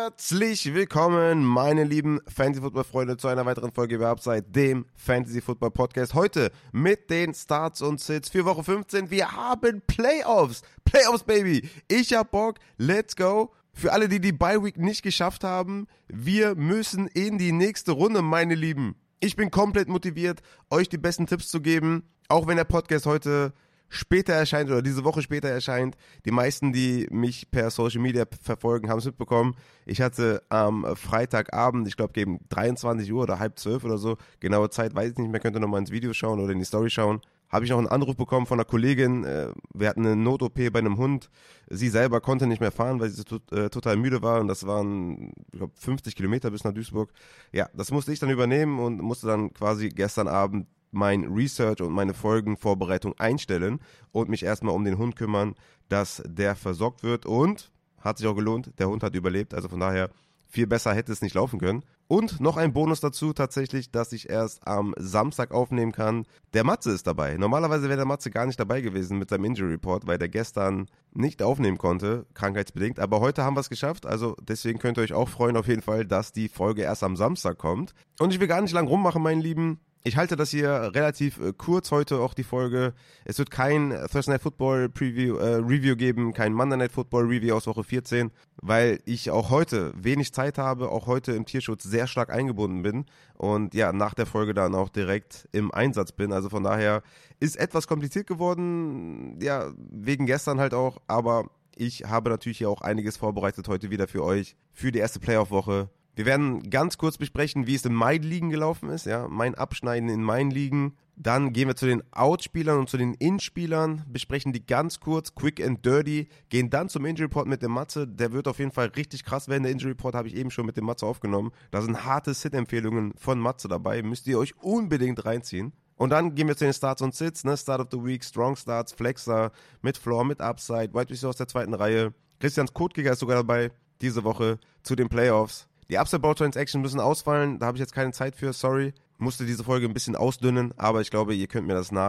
Herzlich willkommen, meine lieben Fantasy-Football-Freunde, zu einer weiteren Folge über Upside, dem Fantasy-Football-Podcast. Heute mit den Starts und Sits für Woche 15. Wir haben Playoffs, Baby. Ich hab Bock, let's go. Für alle, die Bye-Week nicht geschafft haben, wir müssen in die nächste Runde, meine Lieben. Ich bin komplett motiviert, euch die besten Tipps zu geben, auch wenn der Podcast heute später erscheint oder diese Woche später erscheint. Die meisten, die mich per Social Media verfolgen, haben es mitbekommen. Ich hatte am Freitagabend, ich glaube gegen 23 Uhr oder 11:30 oder so, genaue Zeit weiß ich nicht mehr, könnt ihr nochmal ins Video schauen oder in die Story schauen, habe ich noch einen Anruf bekommen von einer Kollegin. Wir hatten eine Not-OP bei einem Hund. Sie selber konnte nicht mehr fahren, weil sie total müde war und das waren, ich glaube, 50 Kilometer bis nach Duisburg. Ja, das musste ich dann übernehmen und musste dann quasi gestern Abend mein Research und meine Folgenvorbereitung einstellen und mich erstmal um den Hund kümmern, dass der versorgt wird, und hat sich auch gelohnt, der Hund hat überlebt, also von daher viel besser hätte es nicht laufen können. Und noch ein Bonus dazu tatsächlich, dass ich erst am Samstag aufnehmen kann. Der Matze ist dabei. Normalerweise wäre der Matze gar nicht dabei gewesen mit seinem Injury Report, weil der gestern nicht aufnehmen konnte, krankheitsbedingt. Aber heute haben wir es geschafft, also deswegen könnt ihr euch auch freuen auf jeden Fall, dass die Folge erst am Samstag kommt. Und ich will gar nicht lang rummachen, meine Lieben. Ich halte das hier relativ kurz heute, auch die Folge. Es wird kein Thursday Night Football Review geben, kein Monday Night Football Review aus Woche 14, weil ich auch heute wenig Zeit habe, auch heute im Tierschutz sehr stark eingebunden bin und ja, nach der Folge dann auch direkt im Einsatz bin. Also von daher ist etwas kompliziert geworden, ja, wegen gestern halt auch, aber ich habe natürlich hier auch einiges vorbereitet heute wieder für euch, für die erste Playoff-Woche. Wir werden ganz kurz besprechen, wie es in meinen Ligen gelaufen ist, ja, mein Abschneiden in meinen Ligen. Dann gehen wir zu den Out-Spielern und zu den In-Spielern, besprechen die ganz kurz, quick and dirty, gehen dann zum Injury Report mit dem Matze. Der wird auf jeden Fall richtig krass werden. Der Injury Report habe ich eben schon mit dem Matze aufgenommen. Da sind harte Sit-Empfehlungen von Matze dabei, müsst ihr euch unbedingt reinziehen. Und dann gehen wir zu den Starts und Sits, ne? Start of the Week, Strong Starts, Flexer, mit Floor, mit Upside, Wide Receiver aus der zweiten Reihe. Christians Codekicker ist sogar dabei, diese Woche zu den Playoffs. Die Upside-Ball-Transaction müssen ausfallen, da habe ich jetzt keine Zeit für, sorry. Musste diese Folge ein bisschen ausdünnen, aber ich glaube, ihr könnt mir das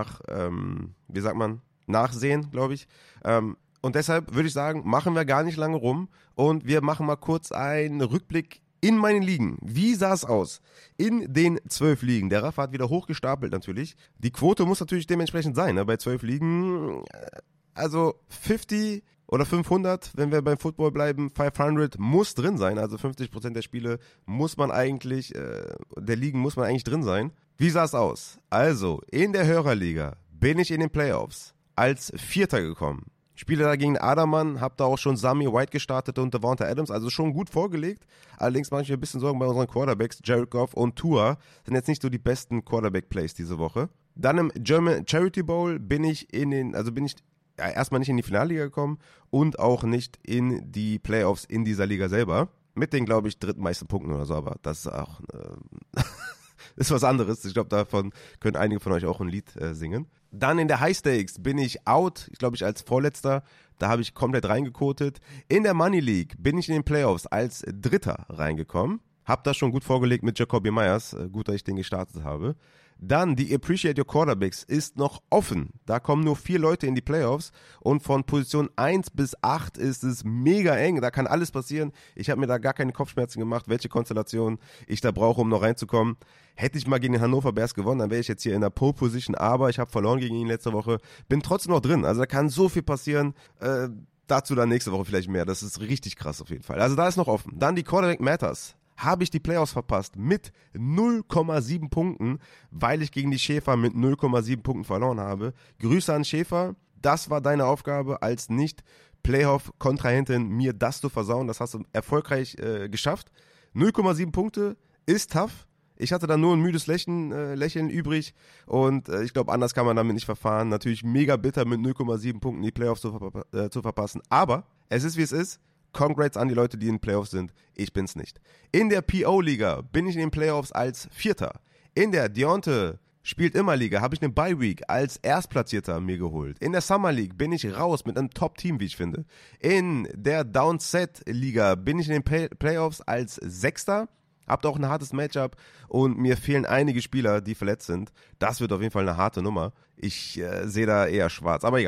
nachsehen, glaube ich. Und deshalb würde ich sagen, machen wir gar nicht lange rum und wir machen mal kurz einen Rückblick in meinen Ligen. Wie sah es aus in den 12 Ligen? Der Rafa hat wieder hochgestapelt natürlich. Die Quote muss natürlich dementsprechend sein, ne? Bei 12 Ligen, also 50 oder 500, wenn wir beim Football bleiben, 500 muss drin sein, also 50% der Spiele muss man eigentlich, der Ligen muss man eigentlich drin sein. Wie sah es aus? Also, in der Hörerliga bin ich in den Playoffs als Vierter gekommen. Spiele da gegen Adamann, hab da auch schon Sammy White gestartet und Devonta Adams, also schon gut vorgelegt. Allerdings mache ich mir ein bisschen Sorgen bei unseren Quarterbacks, Jared Goff und Tua, sind jetzt nicht so die besten Quarterback-Plays diese Woche. Dann im German Charity Bowl bin ich erstmal nicht in die Finalliga gekommen und auch nicht in die Playoffs in dieser Liga selber. Mit den, glaube ich, drittmeisten Punkten oder so, aber das ist auch ist was anderes. Ich glaube, davon können einige von euch auch ein Lied singen. Dann in der High Stakes bin ich out, ich glaube, als Vorletzter. Da habe ich komplett reingekotet. In der Money League bin ich in den Playoffs als Dritter reingekommen. Hab das schon gut vorgelegt mit Jacoby Myers. Gut, dass ich den gestartet habe. Dann, die Appreciate Your Quarterbacks ist noch offen. Da kommen nur 4 Leute in die Playoffs und von Position 1 bis 8 ist es mega eng. Da kann alles passieren. Ich habe mir da gar keine Kopfschmerzen gemacht, welche Konstellation ich da brauche, um noch reinzukommen. Hätte ich mal gegen den Hannover Bears gewonnen, dann wäre ich jetzt hier in der Pole Position, aber ich habe verloren gegen ihn letzte Woche. Bin trotzdem noch drin. Also da kann so viel passieren. Dazu dann nächste Woche vielleicht mehr. Das ist richtig krass auf jeden Fall. Also da ist noch offen. Dann die Quarterback Matters. Habe ich die Playoffs verpasst mit 0,7 Punkten, weil ich gegen die Schäfer mit 0,7 Punkten verloren habe. Grüße an Schäfer, das war deine Aufgabe als Nicht-Playoff-Kontrahentin, mir das zu versauen. Das hast du erfolgreich geschafft. 0,7 Punkte ist tough. Ich hatte dann nur ein müdes Lächeln übrig und ich glaube, anders kann man damit nicht verfahren. Natürlich mega bitter mit 0,7 Punkten die Playoffs zu verpassen, aber es ist wie es ist. Congrats an die Leute, die in den Playoffs sind. Ich bin's nicht. In der PO-Liga bin ich in den Playoffs als Vierter. In der Deonte spielt immer Liga habe ich eine Bye-Week als Erstplatzierter mir geholt. In der Summer League bin ich raus mit einem Top-Team, wie ich finde. In der Downset-Liga bin ich in den Playoffs als Sechster. Habt auch ein hartes Matchup und mir fehlen einige Spieler, die verletzt sind. Das wird auf jeden Fall eine harte Nummer. Ich sehe da eher schwarz, aber egal.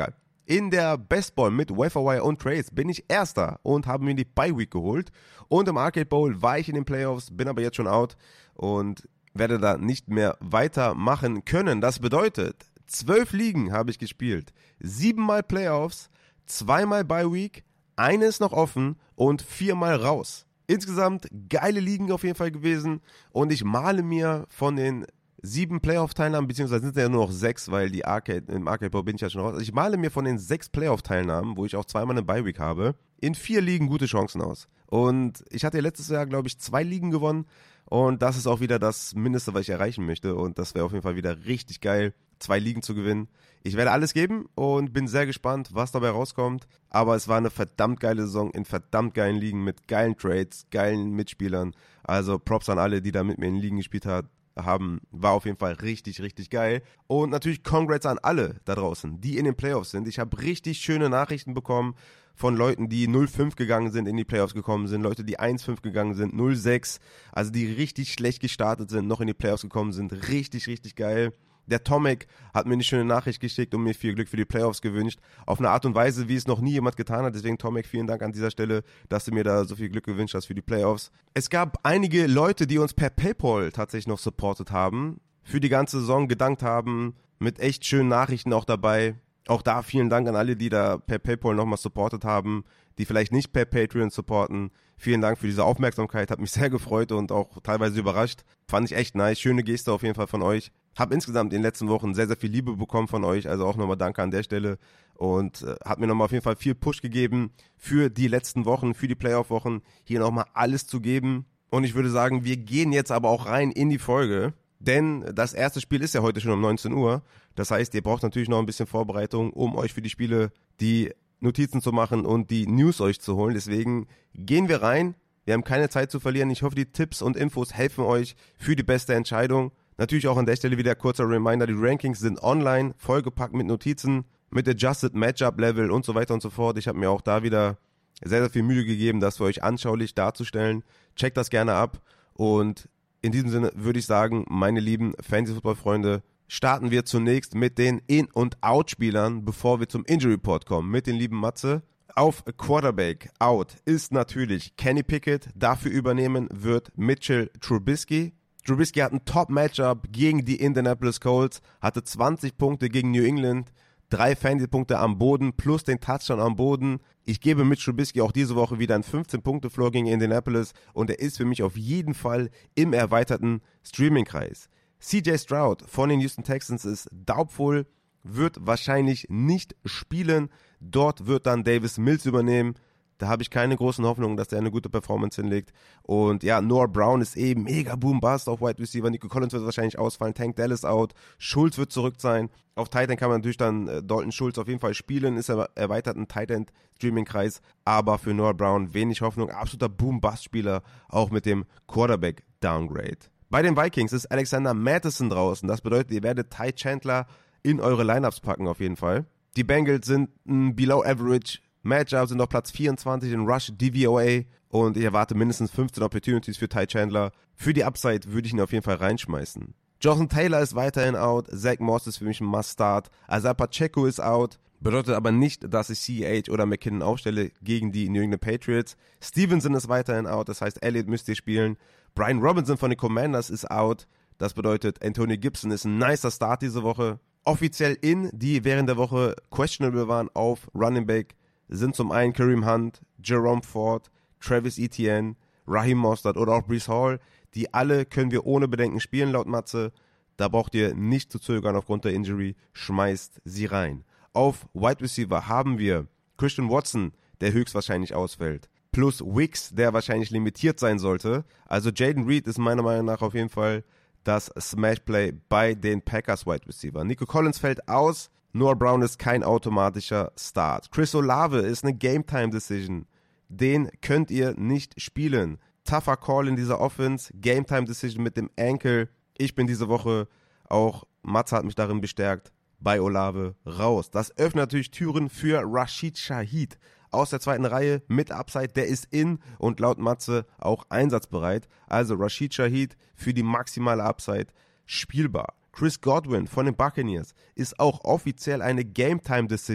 In der Best Ball mit Waferwire und Trades bin ich Erster und habe mir die Bye Week geholt. Und im Arcade Bowl war ich in den Playoffs, bin aber jetzt schon out und werde da nicht mehr weitermachen können. Das bedeutet, 12 Ligen habe ich gespielt, 7-mal Playoffs, 2-mal Bye Week, eine ist noch offen und 4-mal raus. Insgesamt geile Ligen auf jeden Fall gewesen und ich male mir von den 7 Playoff-Teilnahmen, beziehungsweise sind es ja nur noch 6, weil im Arcade Bowl bin ich ja schon raus. Also ich male mir von den 6 Playoff-Teilnahmen, wo ich auch 2-mal eine Bye-Week habe, in 4 Ligen gute Chancen aus. Und ich hatte ja letztes Jahr, glaube ich, 2 Ligen gewonnen und das ist auch wieder das Mindeste, was ich erreichen möchte und das wäre auf jeden Fall wieder richtig geil, 2 Ligen zu gewinnen. Ich werde alles geben und bin sehr gespannt, was dabei rauskommt, aber es war eine verdammt geile Saison in verdammt geilen Ligen mit geilen Trades, geilen Mitspielern. Also Props an alle, die da mit mir in Ligen gespielt haben, war auf jeden Fall richtig, richtig geil. Und natürlich Congrats an alle da draußen, die in den Playoffs sind. Ich habe richtig schöne Nachrichten bekommen von Leuten, die 0-5 gegangen sind, in die Playoffs gekommen sind, Leute, die 1-5 gegangen sind, 0-6, also die richtig schlecht gestartet sind, noch in die Playoffs gekommen sind. Richtig, richtig geil. Der Tomek hat mir eine schöne Nachricht geschickt und mir viel Glück für die Playoffs gewünscht. Auf eine Art und Weise, wie es noch nie jemand getan hat. Deswegen, Tomek, vielen Dank an dieser Stelle, dass du mir da so viel Glück gewünscht hast für die Playoffs. Es gab einige Leute, die uns per PayPal tatsächlich noch supportet haben, für die ganze Saison gedankt haben, mit echt schönen Nachrichten auch dabei. Auch da vielen Dank an alle, die da per PayPal nochmal supportet haben, die vielleicht nicht per Patreon supporten. Vielen Dank für diese Aufmerksamkeit, hat mich sehr gefreut und auch teilweise überrascht. Fand ich echt nice, schöne Geste auf jeden Fall von euch. Hab insgesamt in den letzten Wochen sehr, sehr viel Liebe bekommen von euch, also auch nochmal danke an der Stelle und hat mir nochmal auf jeden Fall viel Push gegeben für die letzten Wochen, für die Playoff-Wochen, hier nochmal alles zu geben. Und ich würde sagen, wir gehen jetzt aber auch rein in die Folge, denn das erste Spiel ist ja heute schon um 19 Uhr. Das heißt, ihr braucht natürlich noch ein bisschen Vorbereitung, um euch für die Spiele die Notizen zu machen und die News euch zu holen. Deswegen gehen wir rein. Wir haben keine Zeit zu verlieren. Ich hoffe, die Tipps und Infos helfen euch für die beste Entscheidung. Natürlich auch an der Stelle wieder kurzer Reminder, die Rankings sind online, vollgepackt mit Notizen, mit Adjusted Matchup Level und so weiter und so fort. Ich habe mir auch da wieder sehr, sehr viel Mühe gegeben, das für euch anschaulich darzustellen. Checkt das gerne ab und in diesem Sinne würde ich sagen, meine lieben Fantasy-Football-Freunde, starten wir zunächst mit den In- und Out-Spielern, bevor wir zum Injury Report kommen, mit den lieben Matze. Auf Quarterback out ist natürlich Kenny Pickett, dafür übernehmen wird Mitchell Trubisky. Trubisky hat ein Top-Matchup gegen die Indianapolis Colts, hatte 20 Punkte gegen New England, 3 Fantasy-Punkte am Boden plus den Touchdown am Boden. Ich gebe mit Trubisky auch diese Woche wieder einen 15-Punkte-Floor gegen Indianapolis und er ist für mich auf jeden Fall im erweiterten Streaming-Kreis. CJ Stroud von den Houston Texans ist doubtful, wird wahrscheinlich nicht spielen. Dort wird dann Davis Mills übernehmen. Da habe ich keine großen Hoffnungen, dass der eine gute Performance hinlegt. Und ja, Noah Brown ist eben mega Boom-Bust auf Wide Receiver. Nico Collins wird wahrscheinlich ausfallen. Tank Dallas out. Schulz wird zurück sein. Auf Tight End kann man natürlich dann Dalton Schulz auf jeden Fall spielen. Ist er erweitert ein Tight End Streaming-Kreis. Aber für Noah Brown wenig Hoffnung. Absoluter Boom-Bust-Spieler. Auch mit dem Quarterback-Downgrade. Bei den Vikings ist Alexander Mattison draußen. Das bedeutet, ihr werdet Ty Chandler in eure Lineups packen auf jeden Fall. Die Bengals sind ein Below-Average Matchup, sind auf Platz 24 in Rush DVOA und ich erwarte mindestens 15 Opportunities für Ty Chandler. Für die Upside würde ich ihn auf jeden Fall reinschmeißen. Jonathan Taylor ist weiterhin out, Zach Moss ist für mich ein Must-Start, Isaiah Pacheco ist out, bedeutet aber nicht, dass ich CEH oder McKinnon aufstelle gegen die New England Patriots. Stevenson ist weiterhin out, das heißt Elliott müsst ihr spielen. Brian Robinson von den Commanders ist out, das bedeutet Antonio Gibson ist ein nicer Start diese Woche. Offiziell die während der Woche questionable waren auf Running Back, sind zum einen Kareem Hunt, Jerome Ford, Travis Etienne, Raheem Mostert oder auch Breece Hall. Die alle können wir ohne Bedenken spielen, laut Matze. Da braucht ihr nicht zu zögern aufgrund der Injury. Schmeißt sie rein. Auf Wide Receiver haben wir Christian Watson, der höchstwahrscheinlich ausfällt. Plus Wicks, der wahrscheinlich limitiert sein sollte. Also Jaden Reed ist meiner Meinung nach auf jeden Fall das Smash-Play bei den Packers Wide Receiver. Nico Collins fällt aus. Noah Brown ist kein automatischer Start. Chris Olave ist eine Game-Time-Decision. Den könnt ihr nicht spielen. Tougher Call in dieser Offense. Game-Time-Decision mit dem Ankle. Ich bin diese Woche auch, Matze hat mich darin bestärkt, bei Olave raus. Das öffnet natürlich Türen für Rashid Shaheed aus der zweiten Reihe mit Upside. Der ist in und laut Matze auch einsatzbereit. Also Rashid Shaheed für die maximale Upside spielbar. Chris Godwin von den Buccaneers ist auch offiziell eine Game-Time-Decision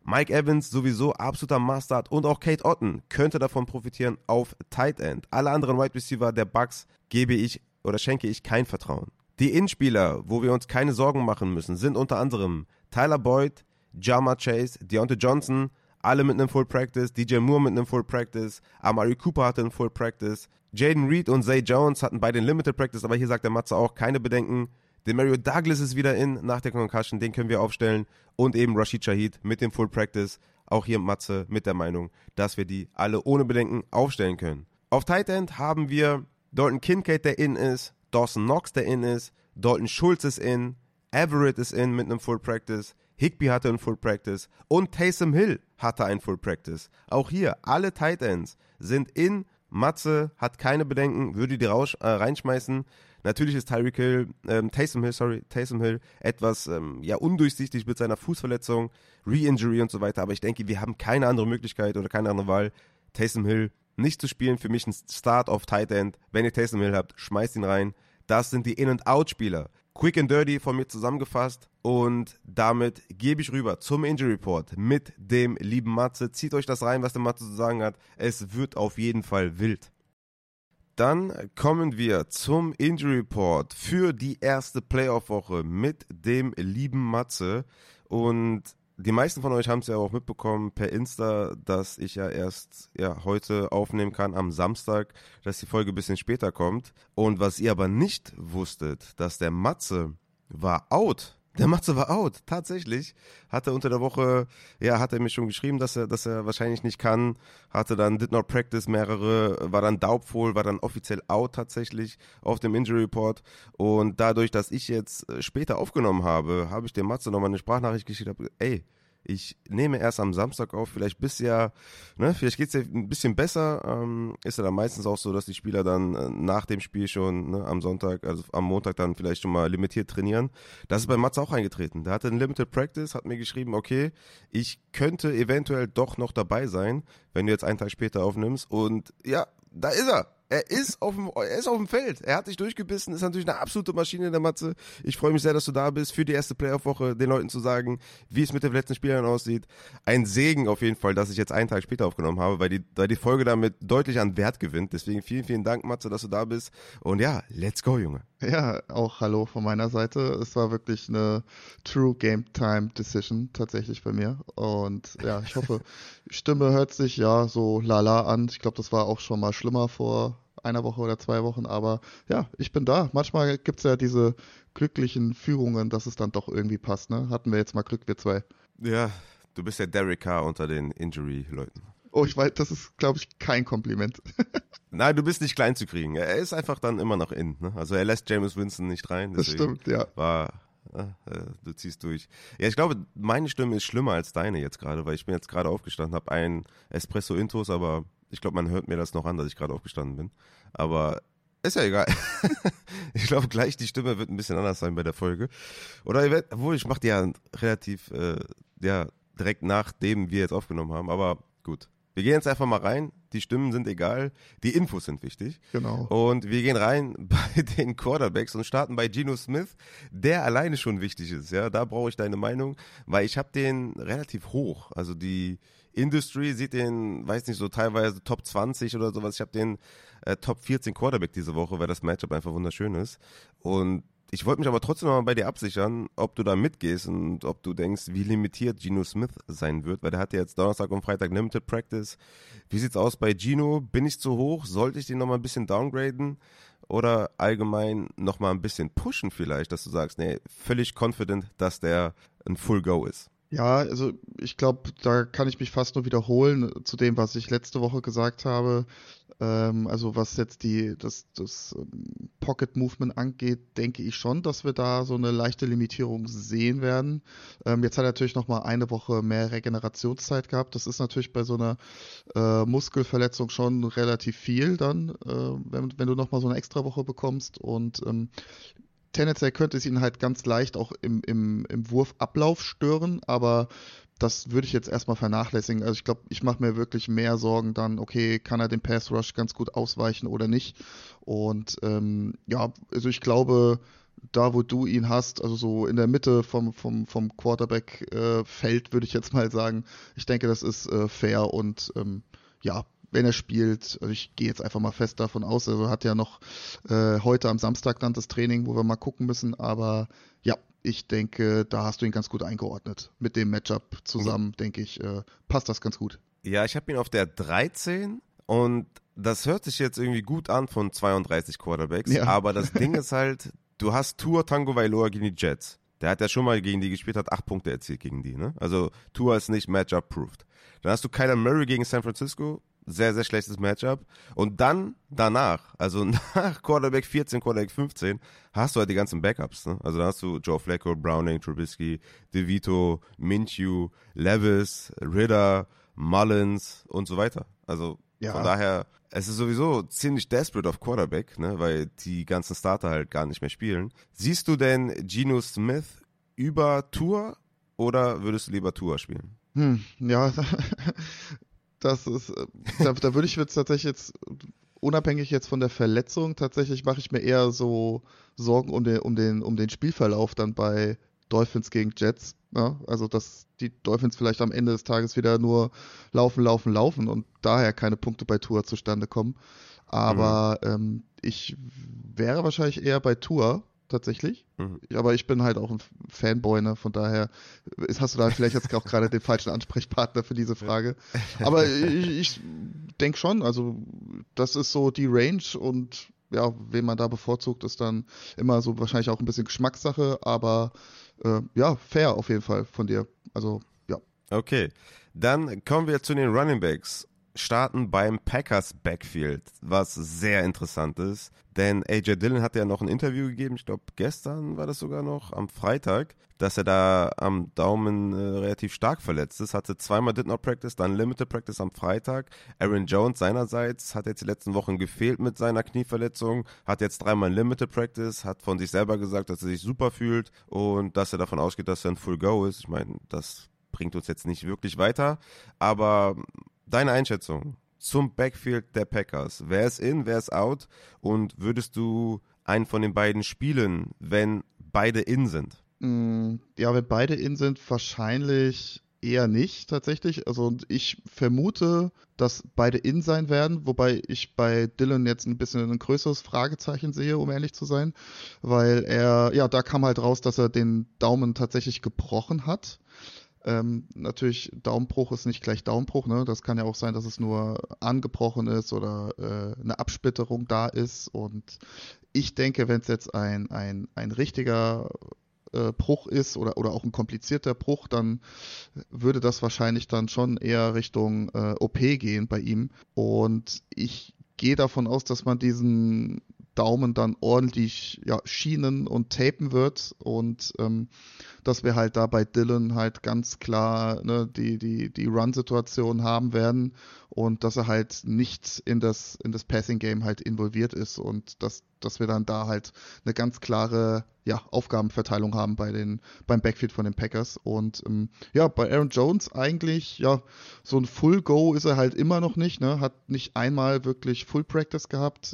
Mike Evans sowieso absoluter Mustard und auch Kate Otten könnte davon profitieren auf Tight End. Alle anderen Wide Receiver der Bucks schenke ich kein Vertrauen. Die Inspieler, wo wir uns keine Sorgen machen müssen, sind unter anderem Tyler Boyd, Ja'Marr Chase, Deontay Johnson, alle mit einem Full Practice, DJ Moore mit einem Full Practice, Amari Cooper hatte einen Full Practice, Jaden Reed und Zay Jones hatten beide Limited Practice, aber hier sagt der Matze auch, keine Bedenken. Demario Douglas ist wieder nach der Concussion, den können wir aufstellen. Und eben Rashid Shaheed mit dem Full Practice. Auch hier Matze mit der Meinung, dass wir die alle ohne Bedenken aufstellen können. Auf Tight End haben wir Dalton Kincaid, der in ist, Dawson Knox, der in ist, Dalton Schultz ist in, Everett ist in mit einem Full Practice, Higbee hatte einen Full Practice und Taysom Hill hatte einen Full Practice. Auch hier, alle Tight Ends sind in. Matze hat keine Bedenken, würde die reinschmeißen. Natürlich ist Taysom Hill etwas undurchsichtig mit seiner Fußverletzung, Re-Injury und so weiter, aber ich denke, wir haben keine andere Möglichkeit oder keine andere Wahl, Taysom Hill nicht zu spielen. Für mich ein Start auf Tight End. Wenn ihr Taysom Hill habt, schmeißt ihn rein. Das sind die In- und Out-Spieler. Quick and dirty von mir zusammengefasst und damit gebe ich rüber zum Injury Report mit dem lieben Matze. Zieht euch das rein, was der Matze zu sagen hat. Es wird auf jeden Fall wild. Dann kommen wir zum Injury Report für die erste Playoff-Woche mit dem lieben Matze. Und die meisten von euch haben es ja auch mitbekommen per Insta, dass ich ja erst heute aufnehmen kann am Samstag, dass die Folge ein bisschen später kommt. Und was ihr aber nicht wusstet, dass der Matze war out. Der Matze war out, tatsächlich. Hatte unter der Woche, hat er mir schon geschrieben, dass er wahrscheinlich nicht kann. Hatte dann did not practice war dann doubtful, war dann offiziell out tatsächlich auf dem Injury Report. Und dadurch, dass ich jetzt später aufgenommen habe, habe ich dem Matze nochmal eine Sprachnachricht geschickt, ich nehme erst am Samstag auf, vielleicht vielleicht geht es dir ein bisschen besser, ist ja dann meistens auch so, dass die Spieler dann nach dem Spiel schon am Sonntag, also am Montag dann vielleicht schon mal limitiert trainieren. Das ist bei Mats auch eingetreten. Der hatte ein Limited Practice, hat mir geschrieben, okay, ich könnte eventuell doch noch dabei sein, wenn du jetzt einen Tag später aufnimmst und ja, da ist er. Er ist auf dem Feld. Er hat sich durchgebissen, ist natürlich eine absolute Maschine, der Matze. Ich freue mich sehr, dass du da bist, für die erste Playoff-Woche den Leuten zu sagen, wie es mit den letzten Spielern aussieht. Ein Segen auf jeden Fall, dass ich jetzt einen Tag später aufgenommen habe, weil die Folge damit deutlich an Wert gewinnt. Deswegen vielen, vielen Dank, Matze, dass du da bist. Und ja, let's go, Junge. Ja, auch hallo von meiner Seite. Es war wirklich eine True Game Time Decision tatsächlich bei mir. Und ja, ich hoffe, Stimme hört sich ja so lala an. Ich glaube, das war auch schon mal schlimmer vor einer Woche oder 2 Wochen. Aber ja, ich bin da. Manchmal gibt es ja diese glücklichen Führungen, dass es dann doch irgendwie passt. Ne? Hatten wir jetzt mal Glück, wir 2. Ja, du bist ja Derek Carr unter den Injury-Leuten. Oh, ich weiß, das ist, glaube ich, kein Kompliment. Nein, du bist nicht klein zu kriegen. Er ist einfach dann immer noch in. Ne? Also er lässt Jameis Winston nicht rein. Das stimmt, ja. Du ziehst durch. Ja, ich glaube, meine Stimme ist schlimmer als deine jetzt gerade, weil ich bin jetzt gerade aufgestanden, habe einen Espresso-Intus, aber ich glaube, man hört mir das noch an, dass ich gerade aufgestanden bin. Aber ist ja egal. Ich glaube, gleich die Stimme wird ein bisschen anders sein bei der Folge. Oder ich mache die ja relativ direkt nachdem wir jetzt aufgenommen haben, aber gut. Wir gehen jetzt einfach mal rein. Die Stimmen sind egal, die Infos sind wichtig. Genau. Und wir gehen rein bei den Quarterbacks und starten bei Geno Smith, der alleine schon wichtig ist. Ja, da brauche ich deine Meinung, weil ich habe den relativ hoch. Also die Industry sieht den, weiß nicht, so teilweise Top 20 oder sowas. Ich habe den Top 14 Quarterback diese Woche, weil das Matchup einfach wunderschön ist. Und ich wollte mich aber trotzdem noch mal bei dir absichern, ob du da mitgehst und ob du denkst, wie limitiert Geno Smith sein wird, weil der hat ja jetzt Donnerstag und Freitag Limited Practice. Wie sieht's aus bei Geno? Bin ich zu hoch? Sollte ich den noch mal ein bisschen downgraden? Oder allgemein noch mal ein bisschen pushen vielleicht, dass du sagst, nee, völlig confident, dass der ein Full Go ist? Ja, also ich glaube, da kann ich mich fast nur wiederholen zu dem, was ich letzte Woche gesagt habe. Also was jetzt das Pocket Movement angeht, denke ich schon, dass wir da so eine leichte Limitierung sehen werden. Jetzt hat er natürlich noch mal eine Woche mehr Regenerationszeit gehabt. Das ist natürlich bei so einer Muskelverletzung schon relativ viel dann, wenn du noch mal so eine extra Woche bekommst. Und tendenziell könnte es ihn halt ganz leicht auch im Wurfablauf stören, aber das würde ich jetzt erstmal vernachlässigen. Also ich glaube, ich mache mir wirklich mehr Sorgen dann, okay, kann er den Pass Rush ganz gut ausweichen oder nicht? Und also ich glaube, da, wo du ihn hast, also so in der Mitte vom Quarterback-Feld, würde ich jetzt mal sagen. Ich denke, das ist fair und ja, wenn er spielt, also ich gehe jetzt einfach mal fest davon aus, also hat ja noch heute am Samstag dann das Training, wo wir mal gucken müssen, aber ja, ich denke, da hast du ihn ganz gut eingeordnet. Mit dem Matchup zusammen, denke ich, passt das ganz gut. Ja, ich habe ihn auf der 13 und das hört sich jetzt irgendwie gut an von 32 Quarterbacks, Ja. aber das Ding ist halt, du hast Tua Tagovailoa gegen die Jets. Der hat ja schon mal gegen die gespielt, hat 8 Punkte erzielt gegen die, ne? Also Tua ist nicht Matchup-proofed. Dann hast du Kyler Murray gegen San Francisco, sehr, sehr schlechtes Matchup. Und dann danach, also nach Quarterback 14, Quarterback 15, hast du halt die ganzen Backups, ne? Also da hast du Joe Flacco, Browning, Trubisky, DeVito, Minshew, Levis, Ridder, Mullins und so weiter. Also Ja. von daher, es ist sowieso ziemlich desperate auf Quarterback, ne, weil die ganzen Starter halt gar nicht mehr spielen. Siehst du denn Geno Smith über Tua oder würdest du lieber Tua spielen? Ja, das ist, da würde ich jetzt tatsächlich jetzt, unabhängig jetzt von der Verletzung, tatsächlich mache ich mir eher so Sorgen um den Spielverlauf dann bei Dolphins gegen Jets. Ne? Also, dass die Dolphins vielleicht am Ende des Tages wieder nur laufen und daher keine Punkte bei Tua zustande kommen. Mhm. Aber ich wäre wahrscheinlich eher bei Tua tatsächlich. Mhm. Aber ich bin halt auch ein Fanboy, ne? Von daher hast du da vielleicht jetzt auch gerade den falschen Ansprechpartner für diese Frage. Aber ich denke schon, also das ist so die Range und ja, wen man da bevorzugt, ist dann immer so wahrscheinlich auch ein bisschen Geschmackssache, aber ja, fair auf jeden Fall von dir. Also ja. Okay, dann kommen wir zu den Running Backs. Starten beim Packers Backfield, was sehr interessant ist, denn AJ Dillon hat ja noch ein Interview gegeben, ich glaube gestern war das sogar noch, am Freitag, dass er da am Daumen relativ stark verletzt ist, hatte zweimal Did Not Practice, dann Limited Practice am Freitag. Aaron Jones seinerseits hat jetzt die letzten Wochen gefehlt mit seiner Knieverletzung, hat jetzt dreimal Limited Practice, hat von sich selber gesagt, dass er sich super fühlt und dass er davon ausgeht, dass er ein Full Go ist. Ich meine, das bringt uns jetzt nicht wirklich weiter, aber deine Einschätzung zum Backfield der Packers. Wer ist in, wer ist out? Und würdest du einen von den beiden spielen, wenn beide in sind? Ja, wenn beide in sind, wahrscheinlich eher nicht tatsächlich. Also ich vermute, dass beide in sein werden, wobei ich bei Dylan jetzt ein bisschen ein größeres Fragezeichen sehe, um ehrlich zu sein, weil ja, da kam halt raus, dass er den Daumen tatsächlich gebrochen hat. Natürlich, Daumenbruch ist nicht gleich Daumenbruch, ne? Das kann ja auch sein, dass es nur angebrochen ist oder eine Absplitterung da ist. Und ich denke, wenn es jetzt ein richtiger Bruch ist oder auch ein komplizierter Bruch, dann würde das wahrscheinlich dann schon eher Richtung OP gehen bei ihm. Und ich gehe davon aus, dass man diesen Daumen dann ordentlich ja, schienen und tapen wird und dass wir halt da bei Dylan halt ganz klar ne, die Run-Situation haben werden und dass er halt nicht in das Passing-Game halt involviert ist und dass wir dann da halt eine ganz klare ja, Aufgabenverteilung haben beim Backfield von den Packers. Und ja, bei Aaron Jones eigentlich, ja, so ein Full Go ist er halt immer noch nicht, ne? Hat nicht einmal wirklich Full Practice gehabt.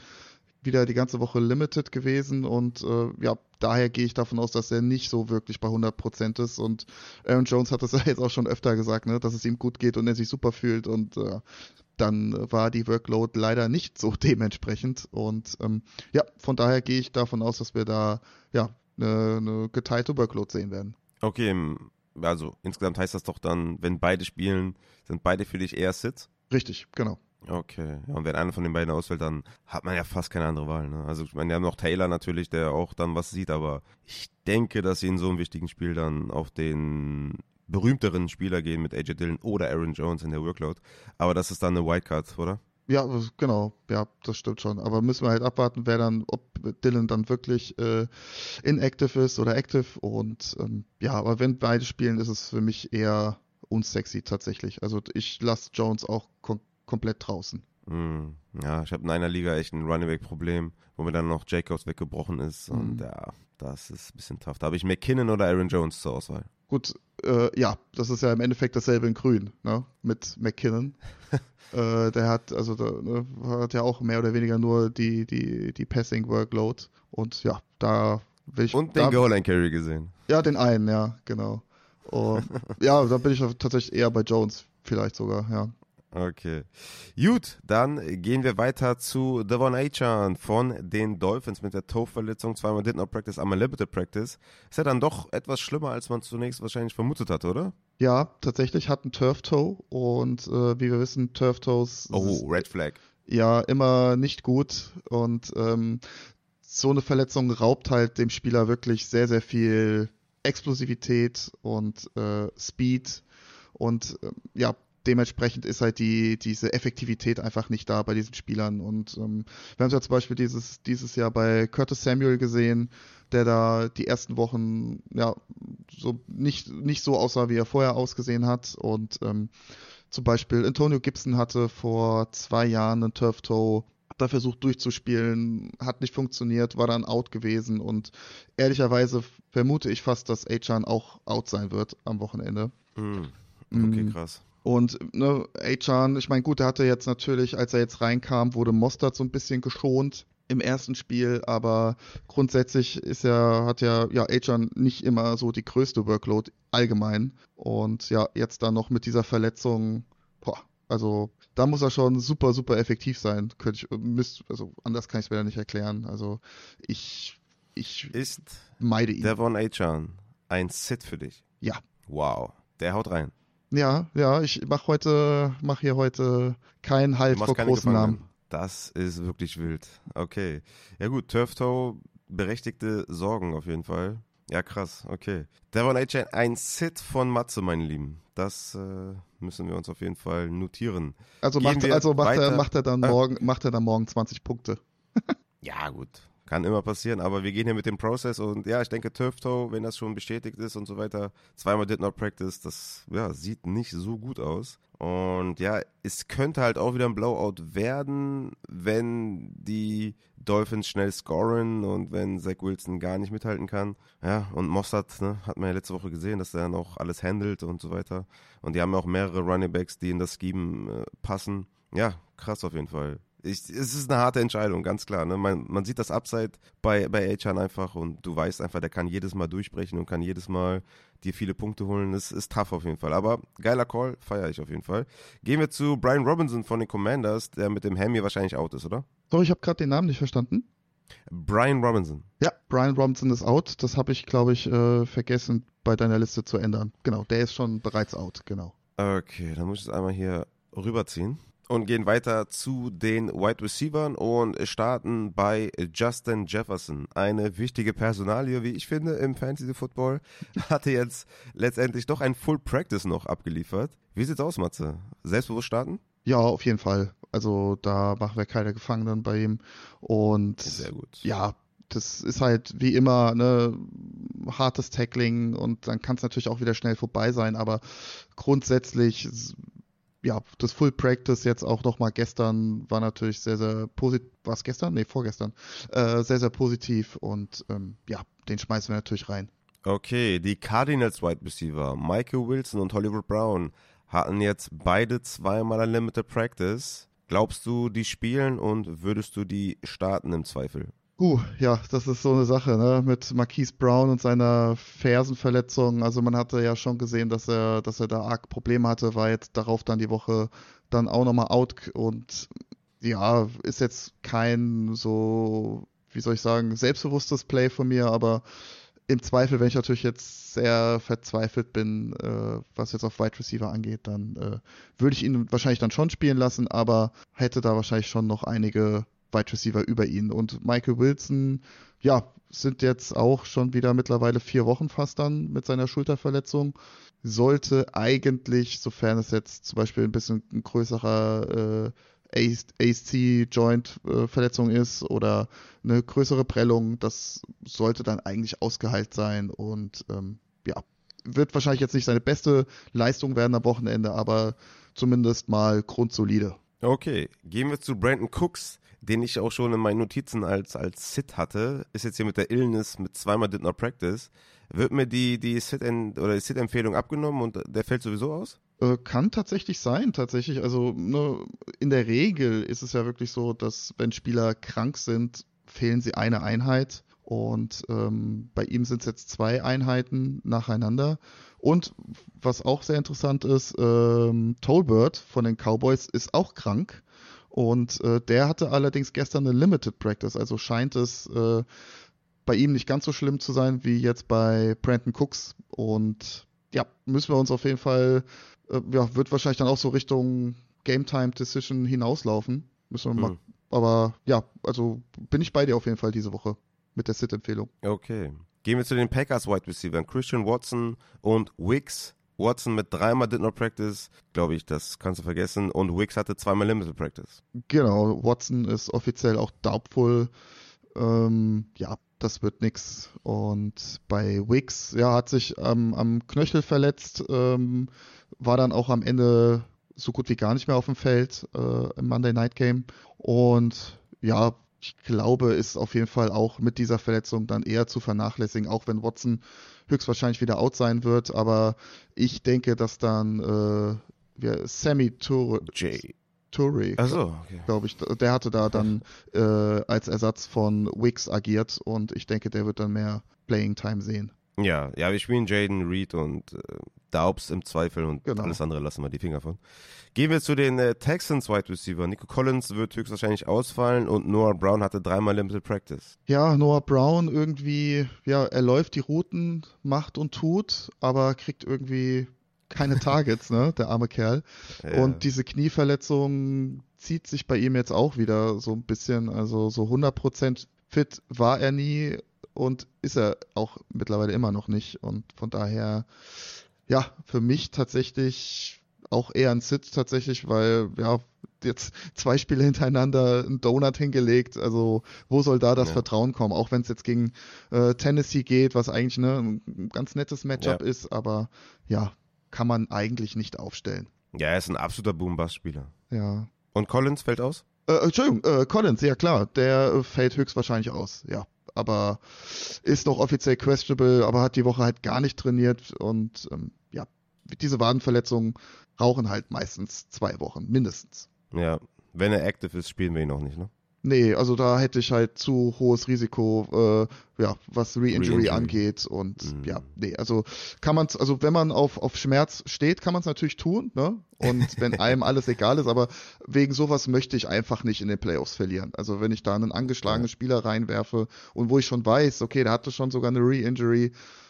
Wieder die ganze Woche limited gewesen und ja, daher gehe ich davon aus, dass er nicht so wirklich bei 100% ist und Aaron Jones hat das ja jetzt auch schon öfter gesagt, ne, dass es ihm gut geht und er sich super fühlt und dann war die Workload leider nicht so dementsprechend und ja, von daher gehe ich davon aus, dass wir da ja eine geteilte Workload sehen werden. Okay, also insgesamt heißt das doch dann, wenn beide spielen, sind beide für dich eher Sits? Richtig, genau. Okay, ja, und wenn einer von den beiden ausfällt, dann hat man ja fast keine andere Wahl. Ne? Also ich meine, wir haben noch Taylor natürlich, der auch dann was sieht, aber ich denke, dass sie in so einem wichtigen Spiel dann auf den berühmteren Spieler gehen mit AJ Dillon oder Aaron Jones in der Workload. Aber das ist dann eine Wildcard, oder? Ja, genau, ja, das stimmt schon. Aber müssen wir halt abwarten, ob Dylan dann wirklich inactive ist oder active. Und ja, aber wenn beide spielen, ist es für mich eher unsexy tatsächlich. Also ich lasse Jones auch komplett draußen. Ja, ich habe in einer Liga echt ein Running Back-Problem, wo mir dann noch Jacobs weggebrochen ist. Und ja, das ist ein bisschen tough. Da habe ich McKinnon oder Aaron Jones zur Auswahl. Gut, ja, das ist ja im Endeffekt dasselbe in Grün, ne? Mit McKinnon. Der hat, also ne, hat ja auch mehr oder weniger nur die Passing-Workload. Und ja, da will ich. Und den Goal-Line-Carry gesehen. Ja, den einen, ja, genau. Ja, da bin ich tatsächlich eher bei Jones, vielleicht sogar, ja. Okay. Gut, dann gehen wir weiter zu Devon Achane von den Dolphins mit der Toe-Verletzung. Zweimal did not practice, einmal limited practice. Ist ja dann doch etwas schlimmer, als man zunächst wahrscheinlich vermutet hatte, oder? Ja, tatsächlich hat ein Turf-Toe und wie wir wissen, Turf-Toes Red Flag. ja immer nicht gut und so eine Verletzung raubt halt dem Spieler wirklich sehr, sehr viel Explosivität und Speed und ja, dementsprechend ist halt diese Effektivität einfach nicht da bei diesen Spielern. Und wir haben es ja zum Beispiel dieses Jahr bei Curtis Samuel gesehen, der da die ersten Wochen ja so nicht so aussah, wie er vorher ausgesehen hat. Und zum Beispiel Antonio Gibson hatte vor 2 Jahren einen Turf Toe, hat da versucht durchzuspielen, hat nicht funktioniert, war dann out gewesen. Und ehrlicherweise vermute ich fast, dass Achane auch out sein wird am Wochenende. Okay, krass. Und ne, Achane, ich meine, gut, der hatte jetzt natürlich, als er jetzt reinkam, wurde Mostert so ein bisschen geschont im ersten Spiel, aber grundsätzlich hat ja Achane nicht immer so die größte Workload allgemein. Und ja, jetzt dann noch mit dieser Verletzung, also da muss er schon super, super effektiv sein. Also anders kann ich es mir ja nicht erklären. Also ich Ist meide ihn. Devon Achane ein Sit für dich? Ja. Wow, der haut rein. Ja, ich mach hier heute keinen Halt vor keine großen Namen. Das ist wirklich wild. Okay. Ja gut, Turf Toe, berechtigte Sorgen auf jeden Fall. Ja, krass, okay. Devon Achane, ein Sit von Matze, meine Lieben. Das müssen wir uns auf jeden Fall notieren. Also macht er dann morgen 20 Punkte. Ja, gut. Kann immer passieren, aber wir gehen hier mit dem Prozess und ja, ich denke Turf Toe, wenn das schon bestätigt ist und so weiter, zweimal did not practice, das sieht nicht so gut aus. Und ja, es könnte halt auch wieder ein Blowout werden, wenn die Dolphins schnell scoren und wenn Zach Wilson gar nicht mithalten kann. Ja, und Mossad, hat man ja letzte Woche gesehen, dass der dann auch alles handelt und so weiter. Und die haben ja auch mehrere Running Backs, die in das Scheme passen. Ja, krass auf jeden Fall. Es ist eine harte Entscheidung, ganz klar. Ne? Man sieht das Upside bei Achane einfach und du weißt einfach, der kann jedes Mal durchbrechen und kann jedes Mal dir viele Punkte holen. Das ist tough auf jeden Fall. Aber geiler Call, feiere ich auf jeden Fall. Gehen wir zu Brian Robinson von den Commanders, der mit dem Hammy wahrscheinlich out ist, oder? Sorry, ich habe gerade den Namen nicht verstanden. Brian Robinson. Ja, Brian Robinson ist out. Das habe ich, glaube ich, vergessen bei deiner Liste zu ändern. Genau, der ist schon bereits out, genau. Okay, dann muss ich es einmal hier rüberziehen. Und gehen weiter zu den Wide Receivern und starten bei Justin Jefferson. Eine wichtige Personalie, wie ich finde, im Fantasy Football. Hatte jetzt letztendlich doch ein Full Practice noch abgeliefert. Wie sieht's aus, Matze? Selbstbewusst starten? Ja, auf jeden Fall. Also da machen wir keine Gefangenen bei ihm. Und sehr gut. Ja, das ist halt wie immer hartes Tackling und dann kann es natürlich auch wieder schnell vorbei sein, aber grundsätzlich das Full Practice jetzt auch nochmal gestern war natürlich sehr, sehr positiv. War es gestern? Nee, vorgestern. Sehr, sehr positiv und den schmeißen wir natürlich rein. Okay, die Cardinals Wide Receiver, Michael Wilson und Hollywood Brown, hatten jetzt beide zweimal ein Limited Practice. Glaubst du, die spielen und würdest du die starten im Zweifel? Ja, das ist so eine Sache, ne? Mit Marquise Brown und seiner Fersenverletzung. Also man hatte ja schon gesehen, dass er da arg Probleme hatte, war jetzt darauf dann die Woche dann auch nochmal out und ja, ist jetzt kein so, wie soll ich sagen, selbstbewusstes Play von mir, aber im Zweifel, wenn ich natürlich jetzt sehr verzweifelt bin, was jetzt auf Wide Receiver angeht, dann würde ich ihn wahrscheinlich dann schon spielen lassen, aber hätte da wahrscheinlich schon noch einige Wide Receiver über ihn. Und Michael Wilson, sind jetzt auch schon wieder mittlerweile 4 Wochen fast dann mit seiner Schulterverletzung. Sollte eigentlich, sofern es jetzt zum Beispiel ein bisschen ein größerer ASC-Joint-Verletzung ist oder eine größere Prellung, das sollte dann eigentlich ausgeheilt sein und wird wahrscheinlich jetzt nicht seine beste Leistung werden am Wochenende, aber zumindest mal grundsolide. Okay, gehen wir zu Brandon Cooks, den ich auch schon in meinen Notizen als Sit hatte. Ist jetzt hier mit der Illness mit zweimal Did Not Practice. Wird mir die Sit-Empfehlung abgenommen und der fällt sowieso aus? Kann tatsächlich sein, tatsächlich. Also ne, in der Regel ist es ja wirklich so, dass wenn Spieler krank sind, fehlen sie eine Einheit. Und bei ihm sind es jetzt 2 Einheiten nacheinander. Und was auch sehr interessant ist, Tolbert von den Cowboys ist auch krank. Und der hatte allerdings gestern eine Limited Practice. Also scheint es bei ihm nicht ganz so schlimm zu sein wie jetzt bei Brandon Cooks. Und ja, müssen wir uns auf jeden Fall, ja, wird wahrscheinlich dann auch so Richtung Game Time Decision hinauslaufen. Müssen wir mal, aber ja, also bin ich bei dir auf jeden Fall diese Woche mit der Sit-Empfehlung. Okay. Gehen wir zu den Packers Wide Receivers. Christian Watson und Wicks. Watson mit 3-mal Did Not Practice, glaube ich, das kannst du vergessen. Und Wicks hatte 2-mal Limited Practice. Genau, Watson ist offiziell auch doubtful. Ja, das wird nix. Und bei Wicks, ja, hat sich am Knöchel verletzt, war dann auch am Ende so gut wie gar nicht mehr auf dem Feld im Monday Night Game. Und ja, ich glaube, ist auf jeden Fall auch mit dieser Verletzung dann eher zu vernachlässigen, auch wenn Watson höchstwahrscheinlich wieder out sein wird. Aber ich denke, dass dann Sammy Toure, Achso, okay. glaube ich, der hatte da dann als Ersatz von Wicks agiert und ich denke, der wird dann mehr Playing Time sehen. Ja, wir spielen Jaden Reed und Daubs im Zweifel und Genau. alles andere lassen wir die Finger von. Gehen wir zu den Texans Wide Receiver. Nico Collins wird höchstwahrscheinlich ausfallen und Noah Brown hatte 3-mal Limited Practice. Ja, Noah Brown irgendwie, ja, er läuft die Routen, macht und tut, aber kriegt irgendwie keine Targets, ne, der arme Kerl. Ja. Und diese Knieverletzung zieht sich bei ihm jetzt auch wieder so ein bisschen, also so 100% fit war er nie und ist er auch mittlerweile immer noch nicht. Und von daher, ja, für mich tatsächlich auch eher ein Sit tatsächlich, weil, ja, jetzt 2 Spiele hintereinander einen Donut hingelegt, also wo soll da das Vertrauen kommen, auch wenn es jetzt gegen Tennessee geht, was eigentlich ne, ein ganz nettes Matchup ist, aber ja, kann man eigentlich nicht aufstellen. Ja, er ist ein absoluter Boom-Bust-Spieler. Ja. Und Collins fällt aus? Entschuldigung, Collins, ja klar, der fällt höchstwahrscheinlich aus, ja. Aber ist noch offiziell questionable, aber hat die Woche halt gar nicht trainiert und ja, diese Wadenverletzungen rauchen halt meistens 2 Wochen, mindestens. Ja, wenn er active ist, spielen wir ihn noch nicht, ne? Nee, also da hätte ich halt zu hohes Risiko, ja, was Re-Injury angeht und ja, nee, also kann man also wenn man auf Schmerz steht, kann man es natürlich tun, ne? Und wenn einem alles egal ist, aber wegen sowas möchte ich einfach nicht in den Playoffs verlieren. Also wenn ich da einen angeschlagenen Spieler reinwerfe und wo ich schon weiß, okay, der hatte schon sogar eine Re-Injury,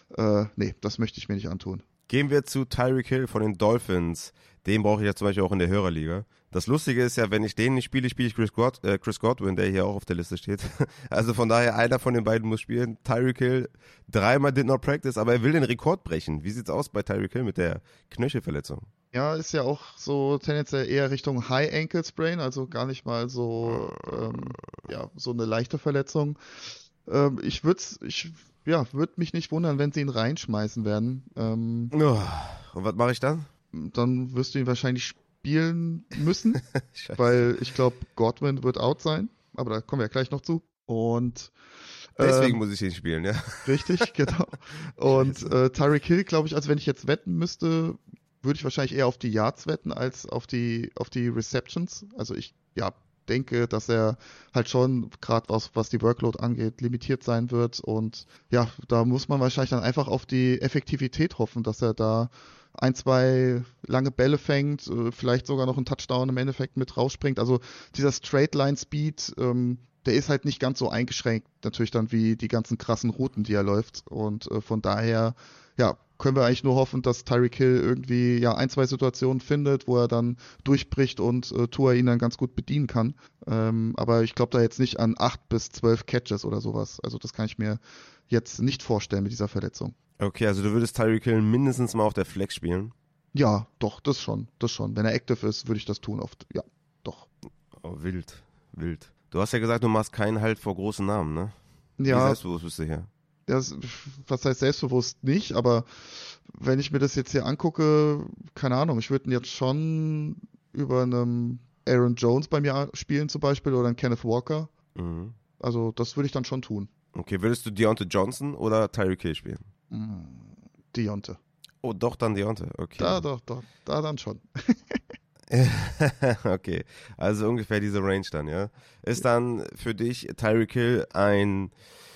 nee, das möchte ich mir nicht antun. Gehen wir zu Tyreek Hill von den Dolphins. Den brauche ich ja zum Beispiel auch in der Hörerliga. Das Lustige ist ja, wenn ich den nicht spiele, spiele ich Chris Godwin, der hier auch auf der Liste steht. Also von daher, einer von den beiden muss spielen. Tyreek Hill 3-mal Did Not Practice, aber er will den Rekord brechen. Wie sieht's aus bei Tyreek Hill mit der Knöchelverletzung? Ja, ist ja auch so tendenziell eher Richtung High Ankle Sprain, also gar nicht mal so, ja, so eine leichte Verletzung. Ich würde mich nicht wundern, wenn sie ihn reinschmeißen werden. Und was mache ich dann? Dann wirst du ihn wahrscheinlich spielen müssen, weil ich glaube, Godwin wird out sein, aber da kommen wir ja gleich noch zu. Und deswegen muss ich ihn spielen, ja. Richtig, genau. Und Tyreek Hill, glaube ich, also wenn ich jetzt wetten müsste, würde ich wahrscheinlich eher auf die Yards wetten als auf die Receptions. Also ich, ja, denke, dass er halt schon, gerade was die Workload angeht, limitiert sein wird. Und ja, da muss man wahrscheinlich dann einfach auf die Effektivität hoffen, dass er da 1, 2 lange Bälle fängt, vielleicht sogar noch einen Touchdown im Endeffekt mit rausspringt. Also dieser Straight-Line-Speed, der ist halt nicht ganz so eingeschränkt, natürlich dann wie die ganzen krassen Routen, die er läuft. Und von daher, ja, können wir eigentlich nur hoffen, dass Tyreek Hill irgendwie ja 1, 2 Situationen findet, wo er dann durchbricht und Tua ihn dann ganz gut bedienen kann. Aber ich glaube da jetzt nicht an 8 bis 12 Catches oder sowas. Also das kann ich mir jetzt nicht vorstellen mit dieser Verletzung. Okay, also du würdest Tyreek Hill mindestens mal auf der Flex spielen? Ja, doch, das schon. Wenn er active ist, würde ich das tun oft. Ja, doch. Oh, wild. Du hast ja gesagt, du machst keinen Halt vor großen Namen, ne? Ja. Wie selbstbewusst bist du hier? Was heißt selbstbewusst nicht, aber wenn ich mir das jetzt hier angucke, keine Ahnung, ich würde ihn jetzt schon über einem Aaron Jones bei mir spielen zum Beispiel oder einen Kenneth Walker. Mhm. Also das würde ich dann schon tun. Okay, würdest du Deontay Johnson oder Tyreek Hill spielen? Deontay. Oh, doch dann Deontay, okay. Da dann schon. Okay, also ungefähr diese Range dann, ja. Ist dann für dich Tyreek Hill ein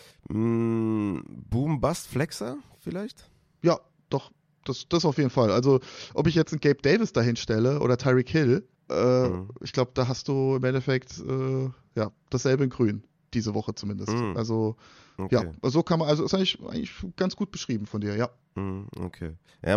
Boom-Bust-Flexer vielleicht? Ja, doch, das auf jeden Fall. Also, ob ich jetzt einen Gabe Davis dahin stelle oder Tyreek Hill, ich glaube, da hast du im Endeffekt ja, dasselbe in Grün, diese Woche zumindest. Also, Okay. ja, so kann man, also ist eigentlich ganz gut beschrieben von dir, ja. Okay. Ja,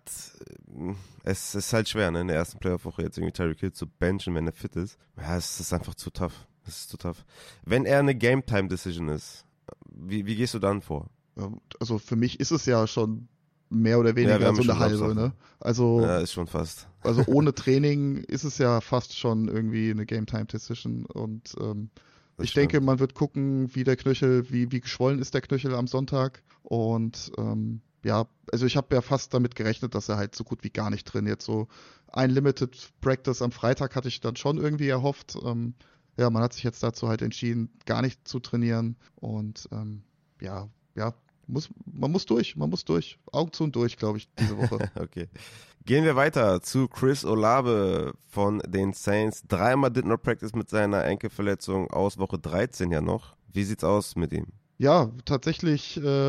es ist halt schwer, ne, in der ersten Playoff-Woche jetzt irgendwie Tyreek Hill zu benchen, wenn er fit ist. Ja, es ist einfach zu tough. Es ist zu tough. Wenn er eine Game-Time-Decision ist, wie gehst du dann vor? Also für mich ist es ja schon mehr oder weniger wir haben so eine schon halbe, Samstag, ne? Also, ja, ist schon fast. also ohne Training ist es ja fast schon irgendwie eine Game-Time-Decision und ich denke, man wird gucken, wie der Knöchel, wie geschwollen ist der Knöchel am Sonntag. Und ja, also ich habe ja fast damit gerechnet, dass er halt so gut wie gar nicht trainiert. So ein Limited Practice am Freitag hatte ich dann schon irgendwie erhofft. Ja, man hat sich jetzt dazu halt entschieden, gar nicht zu trainieren. Und ja, man muss durch. Augen zu und durch, glaube ich, diese Woche. Okay. Gehen wir weiter zu Chris Olave von den Saints. 3-mal did not practice mit seiner Enkelverletzung aus Woche 13 ja noch. Wie sieht's aus mit ihm? Ja, tatsächlich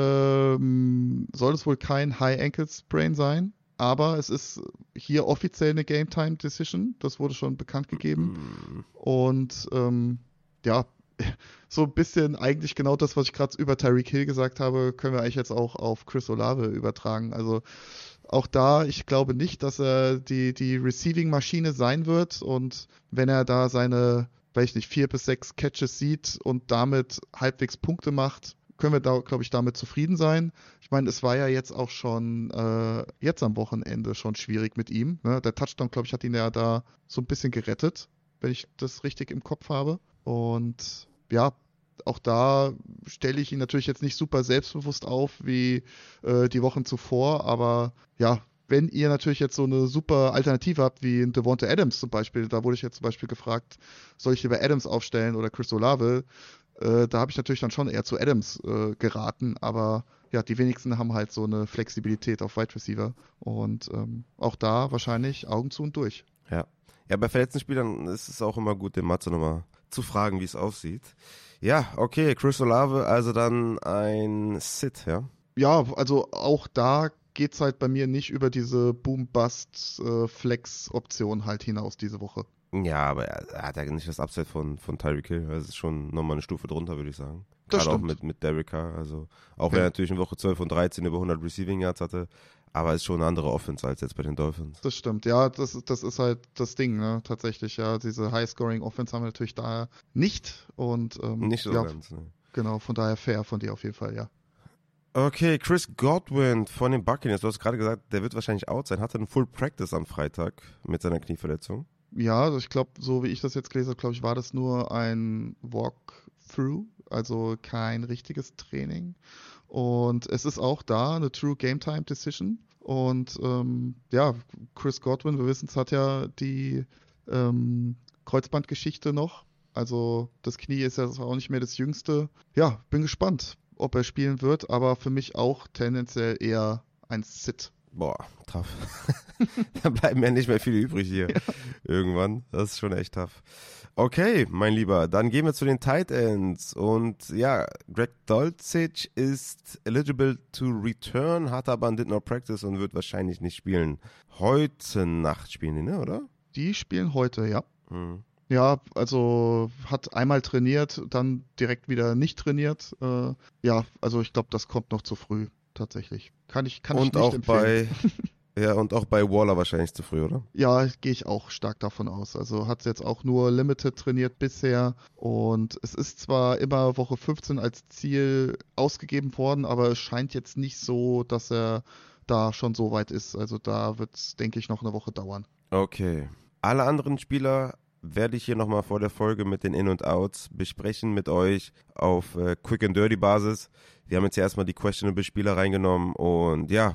soll es wohl kein High Ankle Sprain sein, aber es ist hier offiziell eine Game Time Decision. Das wurde schon bekannt gegeben. Und ja, so ein bisschen eigentlich genau das, was ich gerade über Tyreek Hill gesagt habe, können wir eigentlich jetzt auch auf Chris Olave übertragen. Also auch da, ich glaube nicht, dass er die Receiving-Maschine sein wird. Und wenn er da seine, weiß ich nicht, 4 bis 6 Catches sieht und damit halbwegs Punkte macht, können wir da, glaube ich, damit zufrieden sein. Ich meine, es war ja jetzt auch schon jetzt am Wochenende schon schwierig mit ihm. Ne? Der Touchdown, glaube ich, hat ihn ja da so ein bisschen gerettet, wenn ich das richtig im Kopf habe. Und ja, auch da stelle ich ihn natürlich jetzt nicht super selbstbewusst auf wie die Wochen zuvor, aber ja, wenn ihr natürlich jetzt so eine super Alternative habt, wie ein Devonta Adams zum Beispiel, da wurde ich jetzt zum Beispiel gefragt, soll ich lieber Adams aufstellen oder Chris Olave? Da habe ich natürlich dann schon eher zu Adams geraten, aber ja, die wenigsten haben halt so eine Flexibilität auf Wide Receiver und auch da wahrscheinlich Augen zu und durch. Ja. Ja, bei verletzten Spielern ist es auch immer gut, den Matze nochmal zu fragen, wie es aussieht. Ja, okay, Chris Olave, also dann ein Sit, ja? Ja, also auch da geht es halt bei mir nicht über diese Boom-Bust-Flex-Option halt hinaus diese Woche. Ja, aber er hat ja nicht das Upside von Tyreek Hill. Das ist schon nochmal eine Stufe drunter, würde ich sagen. Das Gerade auch stimmt. mit Derek Carr. Also, auch wenn er natürlich in Woche 12 und 13 über 100 Receiving Yards hatte, aber es ist schon eine andere Offense als jetzt bei den Dolphins. Das stimmt, ja, das ist halt das Ding, ne, tatsächlich, ja, diese High-Scoring-Offense haben wir natürlich da nicht und Nicht so ja, ganz, ne. genau, von daher fair von dir auf jeden Fall, ja. Okay, Chris Godwin von den Buccaneers. Du hast gerade gesagt, der wird wahrscheinlich out sein. Hatte einen Full Practice am Freitag mit seiner Knieverletzung. Ja, also ich glaube, so wie ich das jetzt gelesen habe, glaube ich, war das nur ein Walkthrough, also kein richtiges Training. Und es ist auch da eine True Game Time Decision. Und ja, Chris Godwin, wir wissen es, hat ja die Kreuzbandgeschichte noch. Also das Knie ist ja auch nicht mehr das Jüngste. Ja, bin gespannt, ob er spielen wird, aber für mich auch tendenziell eher ein Sit. Boah, tough. Da bleiben ja nicht mehr viele übrig hier. Irgendwann. Das ist schon echt tough. Okay, mein Lieber, dann gehen wir zu den Tight Ends. Und ja, Greg Dulcich ist eligible to return, hat aber ein did not practice und wird wahrscheinlich nicht spielen. Heute Nacht spielen die, ne, oder? Die spielen heute, ja. Hm. Ja, also hat einmal trainiert, dann direkt wieder nicht trainiert. Ja, also ich glaube, das kommt noch zu früh, tatsächlich. Kann ich Und nicht auch empfehlen. ja, und auch bei Waller wahrscheinlich zu früh, oder? Ja, gehe ich auch stark davon aus. Also hat jetzt auch nur Limited trainiert bisher und es ist zwar immer Woche 15 als Ziel ausgegeben worden, aber es scheint jetzt nicht so, dass er da schon so weit ist. Also da wird es, denke ich, noch eine Woche dauern. Okay. Alle anderen Spieler werde ich hier nochmal vor der Folge mit den In- und Outs besprechen mit euch auf Quick and Dirty Basis. Wir haben jetzt hier erstmal die Questionable Spieler reingenommen und ja,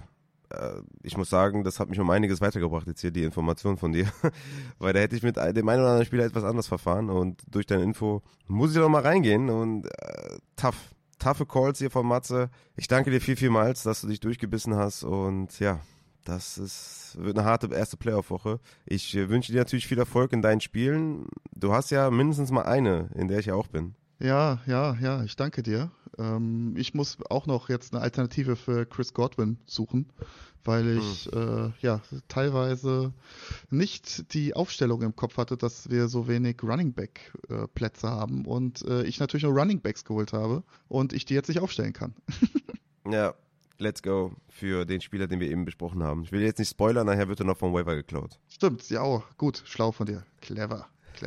ich muss sagen, das hat mich um einiges weitergebracht, jetzt hier die Information von dir. Weil da hätte ich mit dem einen oder anderen Spieler etwas anders verfahren. Und durch deine Info muss ich doch mal reingehen. Und toughe Calls hier von Matze. Ich danke dir vielmals, dass du dich durchgebissen hast. Und ja, wird eine harte erste Playoff-Woche. Ich wünsche dir natürlich viel Erfolg in deinen Spielen. Du hast ja mindestens mal eine, in der ich ja auch bin. Ja, ich danke dir. Ich muss auch noch jetzt eine Alternative für Chris Godwin suchen, weil ich teilweise nicht die Aufstellung im Kopf hatte, dass wir so wenig Running Back Plätze haben und ich natürlich nur Running Backs geholt habe und ich die jetzt nicht aufstellen kann. Ja, let's go für den Spieler, den wir eben besprochen haben. Ich will jetzt nicht spoilern, nachher wird er noch vom Waiver geklaut. Stimmt, ja, auch gut, schlau von dir. Clever.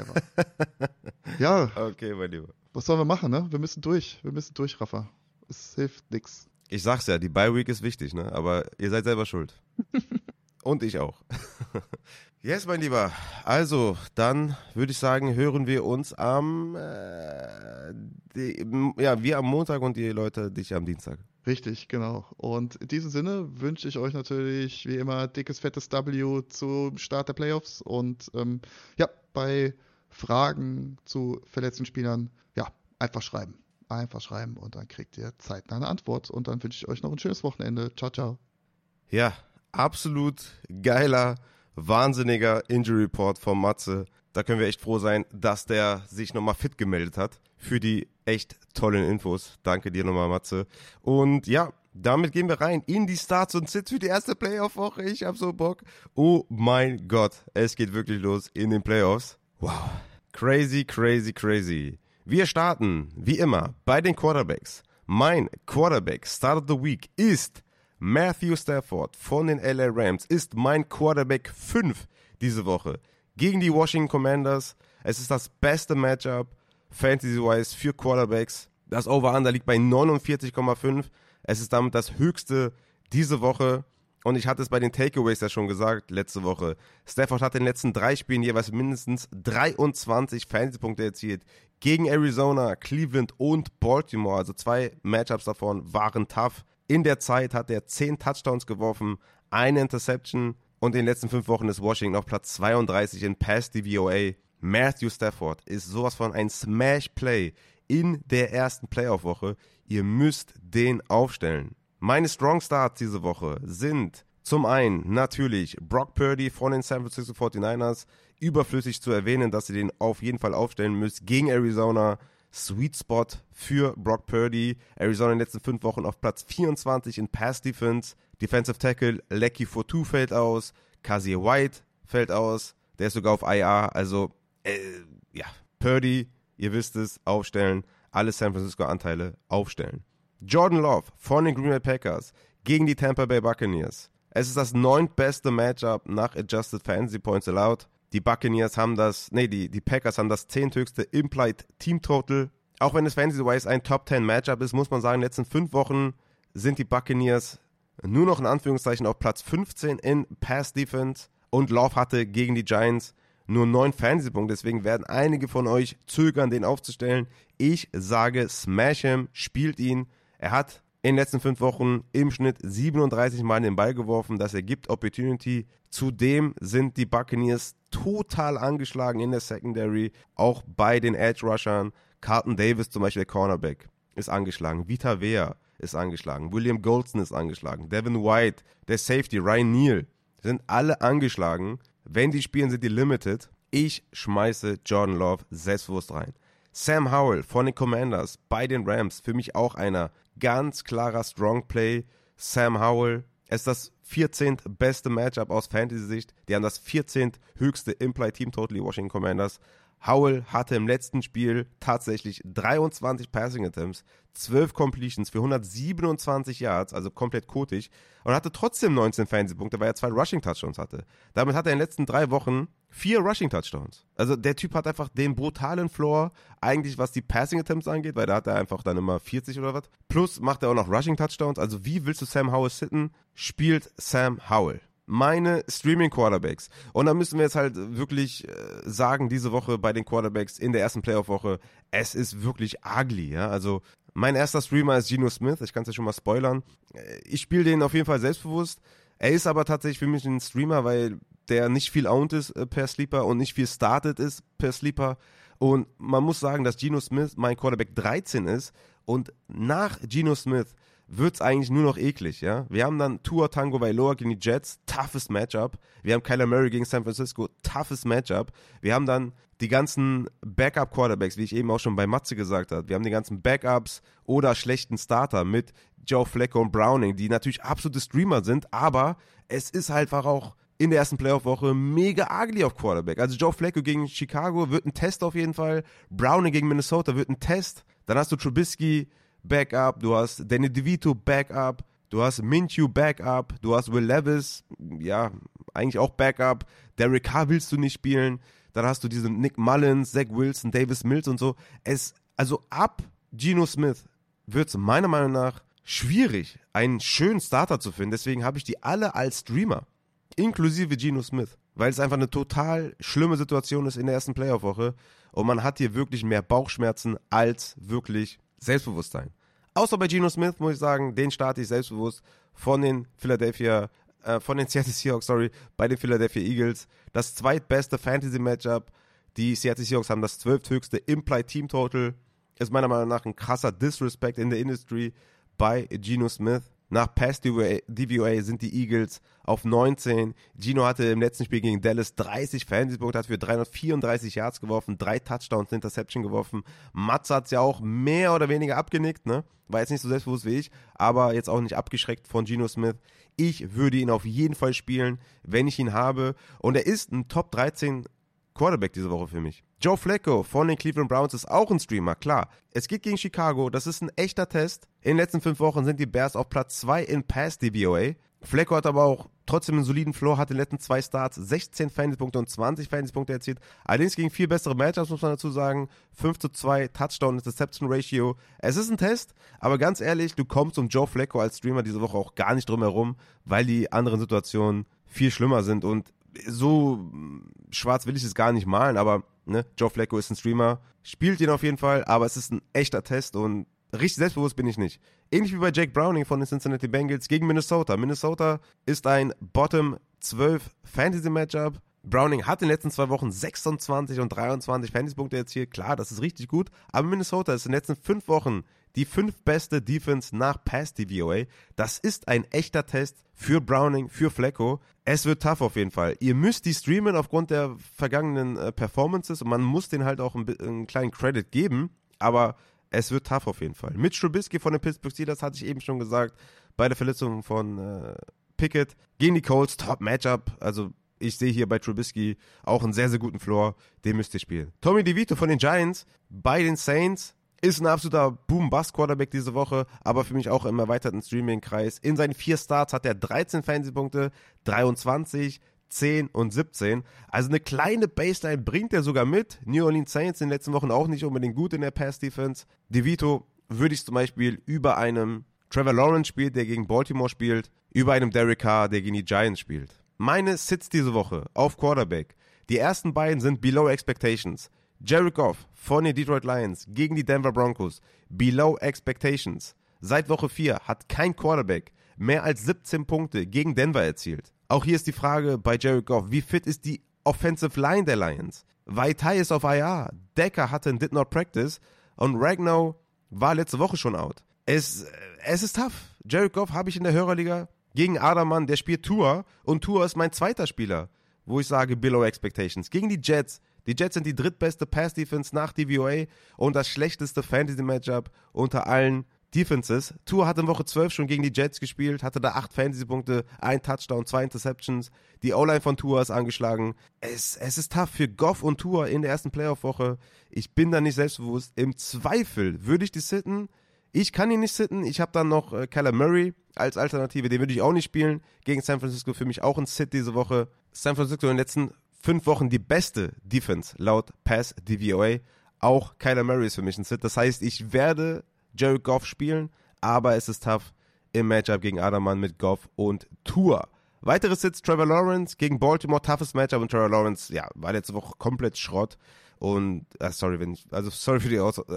Ja. Okay, mein Lieber. Was sollen wir machen, ne? Wir müssen durch, Rafa. Es hilft nix. Ich sag's ja, die Bye-Week ist wichtig, ne? Aber ihr seid selber schuld. Und ich auch. Yes, mein Lieber. Also, dann würde ich sagen, hören wir uns wir am Montag und die Leute dich am Dienstag. Richtig, genau. Und in diesem Sinne wünsche ich euch natürlich wie immer dickes, fettes W zum Start der Playoffs und bei Fragen zu verletzten Spielern, einfach schreiben. Und dann kriegt ihr zeitnah eine Antwort. Und dann wünsche ich euch noch ein schönes Wochenende. Ciao, ciao. Ja, absolut geiler, wahnsinniger Injury Report von Matze. Da können wir echt froh sein, dass der sich nochmal fit gemeldet hat für die echt tollen Infos. Danke dir nochmal, Matze. Und ja, damit gehen wir rein in die Starts und Sits für die erste Playoff-Woche. Ich hab so Bock. Oh mein Gott, es geht wirklich los in den Playoffs. Wow. Crazy. Wir starten, wie immer, bei den Quarterbacks. Mein Quarterback Start of the Week ist Matthew Stafford von den LA Rams. Ist mein Quarterback 5 diese Woche gegen die Washington Commanders. Es ist das beste Matchup Fantasy-wise für Quarterbacks. Das Over-Under liegt bei 49,5. Es ist damit das höchste diese Woche. Und ich hatte es bei den Takeaways ja schon gesagt, letzte Woche. Stafford hat in den letzten 3 Spielen jeweils mindestens 23 Fantasy-Punkte erzielt. Gegen Arizona, Cleveland und Baltimore. Also 2 Matchups davon waren tough. In der Zeit hat er 10 Touchdowns geworfen, eine Interception. Und in den letzten 5 Wochen ist Washington auf Platz 32 in Pass-DVOA. Matthew Stafford ist sowas von ein Smash-Play in der ersten Playoff-Woche. Ihr müsst den aufstellen. Meine Strong Starts diese Woche sind zum einen natürlich Brock Purdy von den San Francisco 49ers. Überflüssig zu erwähnen, dass ihr den auf jeden Fall aufstellen müsst gegen Arizona. Sweet Spot für Brock Purdy. Arizona in den letzten 5 Wochen auf Platz 24 in Pass Defense. Defensive Tackle Lecky Fotu fällt aus. Kazir White fällt aus. Der ist sogar auf IR. Also, Purdy, ihr wisst es, aufstellen. Alle San Francisco Anteile aufstellen. Jordan Love von den Green Bay Packers gegen die Tampa Bay Buccaneers. Es ist das 9. beste Matchup nach Adjusted Fantasy Points Allowed. Die Packers haben das 10. höchste Implied Team Total. Auch wenn es Fantasy-wise ein Top 10 Matchup ist, muss man sagen, in den letzten 5 Wochen sind die Buccaneers nur noch in Anführungszeichen auf Platz 15 in Pass Defense. Und Love hatte gegen die Giants nur 9 Fantasy-Punkte. Deswegen werden einige von euch zögern, den aufzustellen. Ich sage, smash him, spielt ihn. Er hat in den letzten 5 Wochen im Schnitt 37 Mal den Ball geworfen. Das ergibt Opportunity. Zudem sind die Buccaneers total angeschlagen in der Secondary. Auch bei den Edge-Rushern. Carlton Davis zum Beispiel, der Cornerback, ist angeschlagen. Vita Vea ist angeschlagen. William Goldston ist angeschlagen. Devin White, der Safety, Ryan Neal, sind alle angeschlagen. Wenn die spielen, sind die limited. Ich schmeiße Jordan Love selbstbewusst rein. Sam Howell von den Commanders bei den Rams, für mich auch einer ganz klarer Strong Play. Sam Howell, es ist das 14. beste Matchup aus Fantasy-Sicht. Die haben das 14. höchste Implied Team Total, die Washington Commanders. Howell hatte im letzten Spiel tatsächlich 23 Passing Attempts, 12 Completions für 127 Yards, also komplett kotig, und hatte trotzdem 19 Fantasy-Punkte, weil er 2 Rushing-Touchdowns hatte. Damit hat er in den letzten 3 Wochen 4 Rushing-Touchdowns. Also der Typ hat einfach den brutalen Floor, eigentlich was die Passing-Attempts angeht, weil da hat er einfach dann immer 40 oder was. Plus macht er auch noch Rushing-Touchdowns. Also wie willst du Sam Howell sitten? Spielt Sam Howell. Meine Streaming-Quarterbacks. Und da müssen wir jetzt halt wirklich sagen, diese Woche bei den Quarterbacks in der ersten Playoff-Woche, es ist wirklich ugly, ja. Also mein erster Streamer ist Geno Smith, ich kann es ja schon mal spoilern. Ich spiele den auf jeden Fall selbstbewusst. Er ist aber tatsächlich für mich ein Streamer, weil der nicht viel owned ist per Sleeper und nicht viel started ist per Sleeper. Und man muss sagen, dass Geno Smith mein Quarterback 13 ist und nach Geno Smith wird es eigentlich nur noch eklig, ja. Wir haben dann Tua Tagovailoa gegen die Jets, toughest Matchup. Wir haben Kyler Murray gegen San Francisco, toughest Matchup. Wir haben dann die ganzen Backup-Quarterbacks, wie ich eben auch schon bei Matze gesagt habe. Wir haben die ganzen Backups oder schlechten Starter mit Joe Flacco und Browning, die natürlich absolute Streamer sind, aber es ist halt einfach auch in der ersten Playoff-Woche mega ugly auf Quarterback. Also Joe Flacco gegen Chicago wird ein Test auf jeden Fall. Browning gegen Minnesota wird ein Test. Dann hast du Trubisky Backup, du hast Danny DeVito Backup, du hast Minshew Backup, du hast Will Levis, ja, eigentlich auch Backup. Derek Carr willst du nicht spielen. Dann hast du diese Nick Mullins, Zach Wilson, Davis Mills und so. Also ab Geno Smith wird es meiner Meinung nach schwierig, einen schönen Starter zu finden. Deswegen habe ich die alle als Streamer, inklusive Geno Smith, weil es einfach eine total schlimme Situation ist in der ersten Playoff-Woche und man hat hier wirklich mehr Bauchschmerzen als wirklich Selbstbewusstsein. Außer bei Geno Smith muss ich sagen, den starte ich selbstbewusst von den Seattle Seahawks, bei den Philadelphia Eagles. Das zweitbeste Fantasy-Matchup. Die Seattle Seahawks haben das 12. höchste Implied Team Total. Ist meiner Meinung nach ein krasser Disrespect in der Industry bei Geno Smith. Nach Pass DVOA sind die Eagles auf 19. Geno hatte im letzten Spiel gegen Dallas 30 Fantasy-Punkte, hat für 334 Yards geworfen, 3 Touchdowns, eine Interception geworfen. Matze hat es ja auch mehr oder weniger abgenickt, ne? War jetzt nicht so selbstbewusst wie ich, aber jetzt auch nicht abgeschreckt von Geno Smith. Ich würde ihn auf jeden Fall spielen, wenn ich ihn habe. Und er ist ein Top 13 Quarterback diese Woche für mich. Joe Flacco von den Cleveland Browns ist auch ein Streamer, klar. Es geht gegen Chicago, das ist ein echter Test. In den letzten 5 Wochen sind die Bears auf Platz 2 in Pass DVOA. Flacco hat aber auch trotzdem einen soliden Floor, hat in den letzten 2 Starts 16 Fantasy-Punkte und 20 Fantasy-Punkte erzielt. Allerdings gegen viel bessere Matchups, muss man dazu sagen. 5:2 Touchdown-Interception-Ratio. Es ist ein Test, aber ganz ehrlich, du kommst um Joe Flacco als Streamer diese Woche auch gar nicht drum herum, weil die anderen Situationen viel schlimmer sind und so schwarz will ich es gar nicht malen, aber ne, Joe Flacco ist ein Streamer, spielt ihn auf jeden Fall, aber es ist ein echter Test und richtig selbstbewusst bin ich nicht. Ähnlich wie bei Jake Browning von den Cincinnati Bengals gegen Minnesota. Minnesota ist ein Bottom 12 Fantasy-Matchup. Browning hat in den letzten 2 Wochen 26 und 23 Fantasy-Punkte erzielt. Klar, das ist richtig gut, aber Minnesota ist in den letzten 5 Wochen die 5 beste Defense nach Pass-DVOA. Das ist ein echter Test für Browning, für Flacco. Es wird tough auf jeden Fall. Ihr müsst die streamen aufgrund der vergangenen Performances und man muss denen halt auch einen kleinen Credit geben, aber es wird tough auf jeden Fall. Mitch Trubisky von den Pittsburgh Steelers hatte ich eben schon gesagt, bei der Verletzung von Pickett gegen die Colts, Top-Matchup, also ich sehe hier bei Trubisky auch einen sehr, sehr guten Floor, den müsst ihr spielen. Tommy DeVito von den Giants bei den Saints ist ein absoluter Boom-Bust-Quarterback diese Woche, aber für mich auch im erweiterten Streaming-Kreis. In seinen 4 Starts hat er 13 Fantasy-Punkte, 23, 10 und 17. Also eine kleine Baseline bringt er sogar mit. New Orleans Saints in den letzten Wochen auch nicht unbedingt gut in der Pass-Defense. DeVito würde ich zum Beispiel über einem Trevor Lawrence spielt, der gegen Baltimore spielt, über einem Derek Carr, der gegen die Giants spielt. Meine Sits diese Woche auf Quarterback. Die ersten beiden sind below expectations. Jared Goff von den Detroit Lions gegen die Denver Broncos. Below expectations. Seit Woche 4 hat kein Quarterback mehr als 17 Punkte gegen Denver erzielt. Auch hier ist die Frage bei Jared Goff, wie fit ist die Offensive Line der Lions? Vaitai ist auf IR, Decker hatte ein Did Not Practice und Ragnow war letzte Woche schon out. Es ist tough. Jared Goff habe ich in der Hörerliga gegen Adaman, der spielt Tua und Tua ist mein zweiter Spieler, wo ich sage below expectations. Gegen die Jets. Die Jets sind die drittbeste Pass-Defense nach DVOA und das schlechteste Fantasy-Matchup unter allen Defenses. Tua hat in Woche 12 schon gegen die Jets gespielt, hatte da 8 Fantasy-Punkte, 1 Touchdown, 2 Interceptions. Die O-Line von Tua ist angeschlagen. Es ist tough für Goff und Tua in der ersten Playoff-Woche. Ich bin da nicht selbstbewusst. Im Zweifel würde ich die sitten. Ich kann ihn nicht sitten. Ich habe dann noch Kyler Murray als Alternative. Den würde ich auch nicht spielen. Gegen San Francisco für mich auch ein Sit diese Woche. San Francisco in den letzten 5 Wochen die beste Defense laut Pass DVOA. Auch Kyler Murray ist für mich ein Sit. Das heißt, ich werde Jared Goff spielen, aber es ist tough im Matchup gegen Adaman mit Goff und Tua. Weitere Sits, Trevor Lawrence gegen Baltimore, toughest Matchup und Trevor Lawrence, ja, war letzte Woche komplett Schrott und, sorry für die Aussage,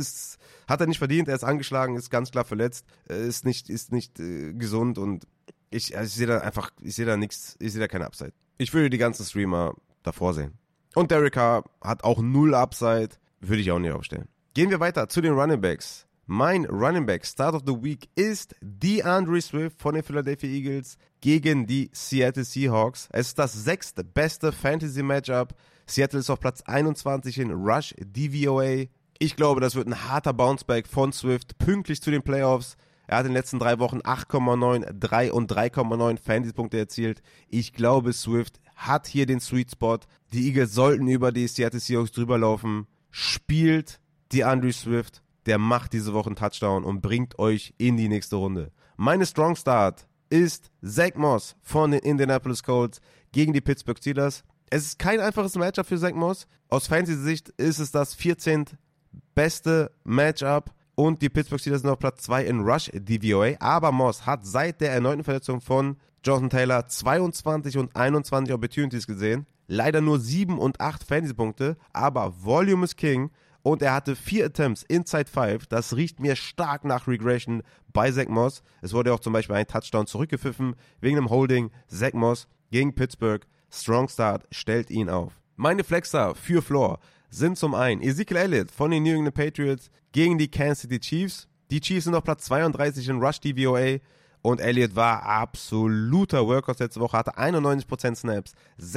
hat er nicht verdient, er ist angeschlagen, ist ganz klar verletzt, ist nicht gesund und Ich sehe da nichts, ich sehe da keine Upside. Ich würde die ganzen Streamer davor sehen. Und Derek Carr hat auch 0 Upside, würde ich auch nicht aufstellen. Gehen wir weiter zu den Running Backs. Mein Running Back Start of the Week ist DeAndre Swift von den Philadelphia Eagles gegen die Seattle Seahawks. Es ist das 6. beste Fantasy-Matchup. Seattle ist auf Platz 21 in Rush DVOA. Ich glaube, das wird ein harter Bounceback von Swift, pünktlich zu den Playoffs. Er hat in den letzten 3 Wochen 8,9, 3 und 3,9 Fantasy-Punkte erzielt. Ich glaube, Swift hat hier den Sweet Spot. Die Eagles sollten über die Seattle Seahawks drüber laufen. Spielt DeAndre Swift. Der macht diese Woche einen Touchdown und bringt euch in die nächste Runde. Meine Strong Start ist Zach Moss von den Indianapolis Colts gegen die Pittsburgh Steelers. Es ist kein einfaches Matchup für Zach Moss. Aus Fantasy-Sicht ist es das 14. beste Matchup und die Pittsburgh Steelers sind auf Platz 2 in Rush DVOA. Aber Moss hat seit der erneuten Verletzung von Jonathan Taylor 22 und 21 Opportunities gesehen. Leider nur 7 und 8 Fantasy-Punkte, aber Volume is King. Und er hatte 4 Attempts inside 5. Das riecht mir stark nach Regression bei Zach Moss. Es wurde auch zum Beispiel ein Touchdown zurückgepfiffen wegen einem Holding. Zach Moss gegen Pittsburgh. Strong Start, stellt ihn auf. Meine Flexer für Floor sind zum einen Ezekiel Elliott von den New England Patriots gegen die Kansas City Chiefs. Die Chiefs sind auf Platz 32 in Rush DVOA. Und Elliott war absoluter Workhorse letzte Woche, hatte 91% Snaps,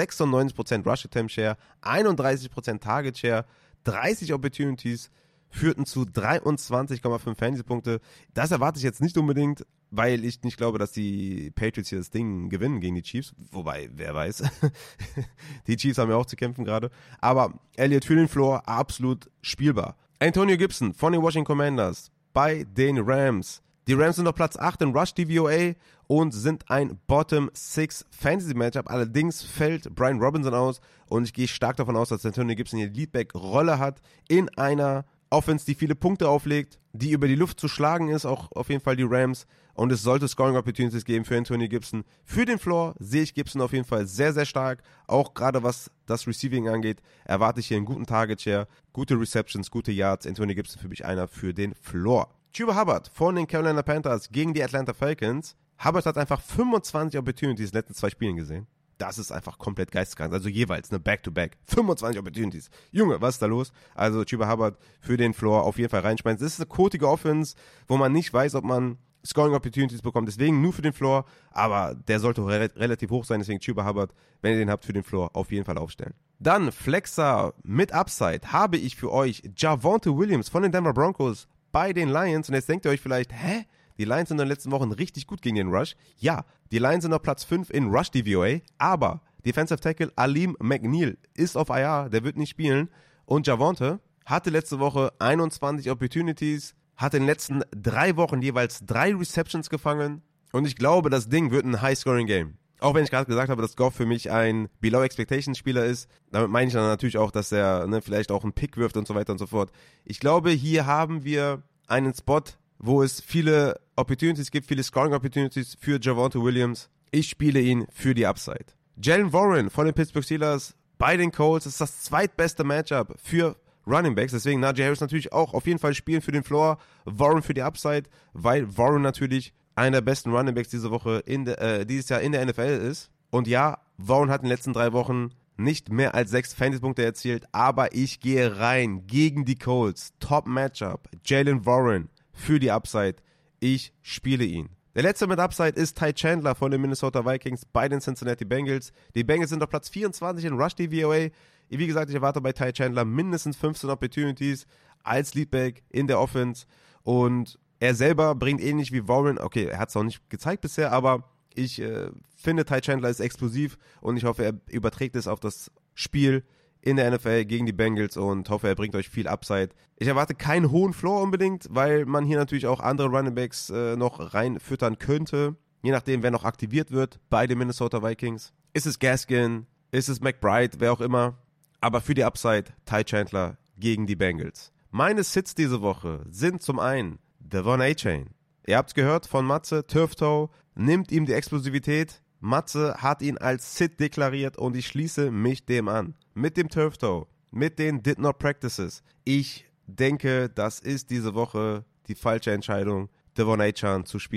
96% Rush Attempt Share, 31% Target Share, 30 Opportunities, führten zu 23,5 Fantasy-Punkte. Das erwarte ich jetzt nicht unbedingt, weil ich nicht glaube, dass die Patriots hier das Ding gewinnen gegen die Chiefs. Wobei, wer weiß. Die Chiefs haben ja auch zu kämpfen gerade. Aber Elliott für den Floor absolut spielbar. Antonio Gibson von den Washington Commanders bei den Rams. Die Rams sind auf Platz 8 in Rush DVOA und sind ein Bottom 6 Fantasy Matchup. Allerdings fällt Brian Robinson aus und ich gehe stark davon aus, dass Antonio Gibson hier die Leadback-Rolle hat in einer Offense, die viele Punkte auflegt, die über die Luft zu schlagen ist, auch auf jeden Fall die Rams. Und es sollte Scoring Opportunities geben für Antonio Gibson. Für den Floor sehe ich Gibson auf jeden Fall sehr, sehr stark. Auch gerade was das Receiving angeht, erwarte ich hier einen guten Target Share, gute Receptions, gute Yards. Antonio Gibson für mich einer für den Floor. Chuba Hubbard von den Carolina Panthers gegen die Atlanta Falcons. Hubbard hat einfach 25 Opportunities in den letzten 2 Spielen gesehen. Das ist einfach komplett geisteskrank. Also jeweils, ne, Back-to-Back. 25 Opportunities. Junge, was ist da los? Also Chuba Hubbard für den Floor auf jeden Fall reinschmeißen. Das ist eine kotige Offense, wo man nicht weiß, ob man Scoring Opportunities bekommt. Deswegen nur für den Floor. Aber der sollte relativ hoch sein. Deswegen Chuba Hubbard, wenn ihr den habt für den Floor, auf jeden Fall aufstellen. Dann Flexer mit Upside habe ich für euch Javonte Williams von den Denver Broncos bei den Lions. Und jetzt denkt ihr euch vielleicht, die Lions sind in den letzten Wochen richtig gut gegen den Rush. Ja, die Lions sind auf Platz 5 in Rush DVOA, aber Defensive Tackle Alim McNeil ist auf IR, der wird nicht spielen. Und Javonte hatte letzte Woche 21 Opportunities, hat in den letzten 3 Wochen jeweils 3 Receptions gefangen. Und ich glaube, das Ding wird ein High-Scoring-Game. Auch wenn ich gerade gesagt habe, dass Goff für mich ein Below-Expectations-Spieler ist. Damit meine ich dann natürlich auch, dass er vielleicht auch einen Pick wirft und so weiter und so fort. Ich glaube, hier haben wir einen Spot, wo es viele Opportunities gibt, viele Scoring-Opportunities für Javonte Williams. Ich spiele ihn für die Upside. Jalen Warren von den Pittsburgh Steelers bei den Colts ist das zweitbeste Matchup für Running Backs. Deswegen Najee Harris natürlich auch auf jeden Fall spielen für den Floor, Warren für die Upside, weil Warren natürlich einer der besten Running Backs dieses Jahr in der NFL ist. Und ja, Warren hat in den letzten 3 Wochen nicht mehr als 6 Fantasy-Punkte erzielt, aber ich gehe rein gegen die Colts. Top-Matchup, Jalen Warren für die Upside. Ich spiele ihn. Der letzte mit Upside ist Ty Chandler von den Minnesota Vikings bei den Cincinnati Bengals. Die Bengals sind auf Platz 24 in Rush DVOA. Wie gesagt, ich erwarte bei Ty Chandler mindestens 15 Opportunities als Leadback in der Offense. Und er selber bringt ähnlich wie Warren, okay, er hat es noch nicht gezeigt bisher, aber ich finde, Ty Chandler ist explosiv und ich hoffe, er überträgt es auf das Spiel in der NFL gegen die Bengals und hoffe, er bringt euch viel Upside. Ich erwarte keinen hohen Floor unbedingt, weil man hier natürlich auch andere Running Backs noch reinfüttern könnte, je nachdem, wer noch aktiviert wird bei den Minnesota Vikings. Ist es Gaskin, ist es McBride, wer auch immer, aber für die Upside Ty Chandler gegen die Bengals. Meine Sits diese Woche sind zum einen Devon A-Chain. Ihr habt es gehört von Matze, Turf Toe nimmt ihm die Explosivität. Matze hat ihn als Sit deklariert und ich schließe mich dem an. Mit dem Turf Toe, mit den Did Not Practices. Ich denke, das ist diese Woche die falsche Entscheidung, Devon A-Chain zu spielen.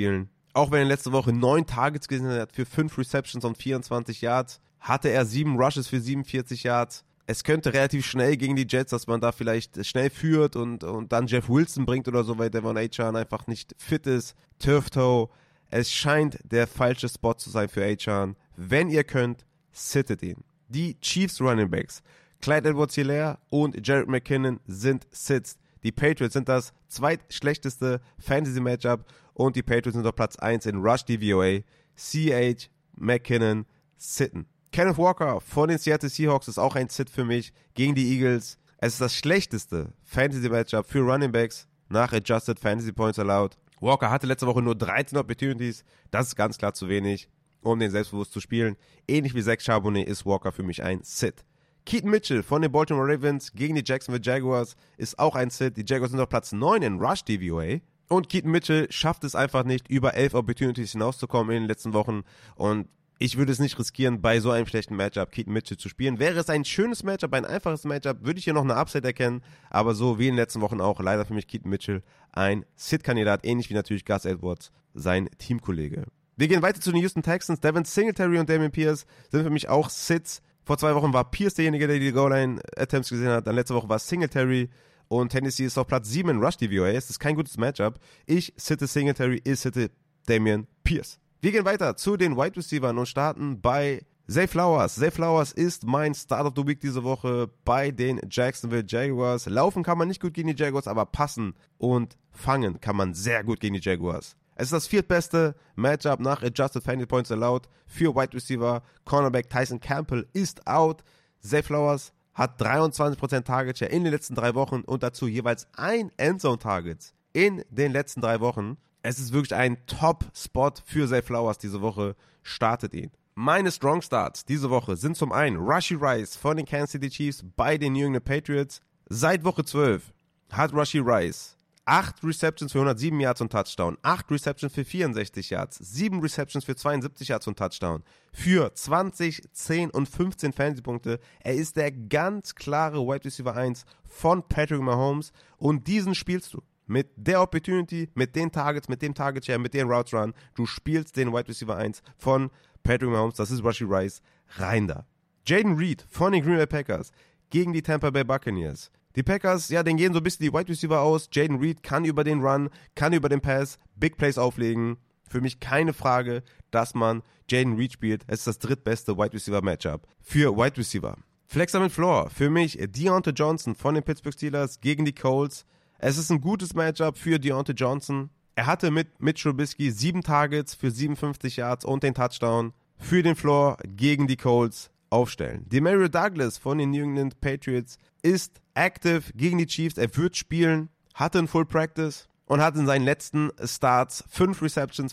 Auch wenn er letzte Woche 9 Targets gesehen hat für 5 Receptions und 24 Yards, hatte er 7 Rushes für 47 Yards. Es könnte relativ schnell gegen die Jets, dass man da vielleicht schnell führt und dann Jeff Wilson bringt oder so, weil Devon Achane einfach nicht fit ist. Turf Toe. Es scheint der falsche Spot zu sein für Achane. Wenn ihr könnt, sittet ihn. Die Chiefs Running Backs, Clyde Edwards-Helaire und Jerick McKinnon sind sitzt. Die Patriots sind das zweitschlechteste Fantasy-Matchup und die Patriots sind auf Platz 1 in Rush DVOA. CH, McKinnon, sitten. Kenneth Walker von den Seattle Seahawks ist auch ein Sit für mich gegen die Eagles. Es ist das schlechteste Fantasy-Matchup für Running Backs nach Adjusted Fantasy Points Allowed. Walker hatte letzte Woche nur 13 Opportunities. Das ist ganz klar zu wenig, um den selbstbewusst zu spielen. Ähnlich wie Zach Charbonnet ist Walker für mich ein Sit. Keaton Mitchell von den Baltimore Ravens gegen die Jacksonville Jaguars ist auch ein Sit. Die Jaguars sind auf Platz 9 in Rush DVOA. Und Keaton Mitchell schafft es einfach nicht, über 11 Opportunities hinauszukommen in den letzten Wochen. Und ich würde es nicht riskieren, bei so einem schlechten Matchup Keaton Mitchell zu spielen. Wäre es ein schönes Matchup, ein einfaches Matchup, würde ich hier noch eine Upside erkennen. Aber so wie in den letzten Wochen auch, leider für mich Keaton Mitchell ein Sit-Kandidat. Ähnlich wie natürlich Gus Edwards, sein Teamkollege. Wir gehen weiter zu den Houston Texans. Devin Singletary und Dameon Pierce sind für mich auch Sits. Vor 2 Wochen war Pierce derjenige, der die Goal-Line-Attempts gesehen hat. Dann letzte Woche war es Singletary. Und Tennessee ist auf Platz 7 in Rush DVOA. Es ist kein gutes Matchup. Ich sitte Singletary, ich sitte Dameon Pierce. Wir gehen weiter zu den Wide Receivers und starten bei Zay Flowers. Zay Flowers ist mein Start of the Week diese Woche bei den Jacksonville Jaguars. Laufen kann man nicht gut gegen die Jaguars, aber passen und fangen kann man sehr gut gegen die Jaguars. Es ist das viertbeste Matchup nach Adjusted Fantasy Points Allowed für Wide Receiver. Cornerback Tyson Campbell ist out. Zay Flowers hat 23% Target Share in den letzten 3 Wochen und dazu jeweils ein Endzone-Target in den letzten 3 Wochen. Es ist wirklich ein Top-Spot für Zay Flowers diese Woche. Startet ihn. Meine Strong Starts diese Woche sind zum einen Rashee Rice von den Kansas City Chiefs bei den New England Patriots. Seit Woche 12 hat Rashee Rice 8 Receptions für 107 Yards und Touchdown, 8 Receptions für 64 Yards, 7 Receptions für 72 Yards und Touchdown, für 20, 10 und 15 Fantasy-Punkte. Er ist der ganz klare Wide Receiver 1 von Patrick Mahomes und diesen spielst du. Mit der Opportunity, mit den Targets, mit dem Target Share, mit den Routes Run, du spielst den Wide Receiver 1 von Patrick Mahomes, das ist Rashee Rice, rein da. Jaden Reed von den Green Bay Packers gegen die Tampa Bay Buccaneers. Die Packers, ja, denen gehen so ein bisschen die Wide Receiver aus. Jaden Reed kann über den Run, kann über den Pass Big Plays auflegen. Für mich keine Frage, dass man Jaden Reed spielt. Es ist das drittbeste Wide Receiver Matchup für Wide Receiver. Flexer mit Floor, für mich Deontay Johnson von den Pittsburgh Steelers gegen die Colts. Es ist ein gutes Matchup für Deontay Johnson. Er hatte mit Mitch Trubisky 7 Targets für 57 Yards und den Touchdown für den Floor gegen die Colts aufstellen. Demario Douglas von den New England Patriots ist active gegen die Chiefs. Er wird spielen, hatte ein Full Practice und hat in seinen letzten Starts 5 Receptions,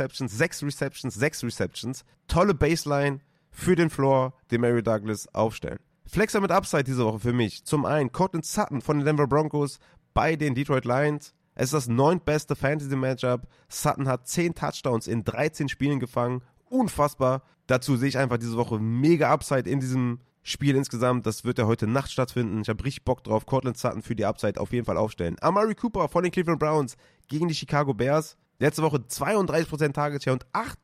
6 Receptions, 6 Receptions. Tolle Baseline für den Floor. Demario Douglas aufstellen. Flexer mit Upside diese Woche für mich. Zum einen Courtland Sutton von den Denver Broncos bei den Detroit Lions. Es ist das 9. beste Fantasy-Matchup. Sutton hat 10 Touchdowns in 13 Spielen gefangen. Unfassbar. Dazu sehe ich einfach diese Woche mega Upside in diesem Spiel insgesamt. Das wird ja heute Nacht stattfinden. Ich habe richtig Bock drauf. Courtland Sutton für die Upside auf jeden Fall aufstellen. Amari Cooper von den Cleveland Browns gegen die Chicago Bears. Letzte Woche 32% Target Share und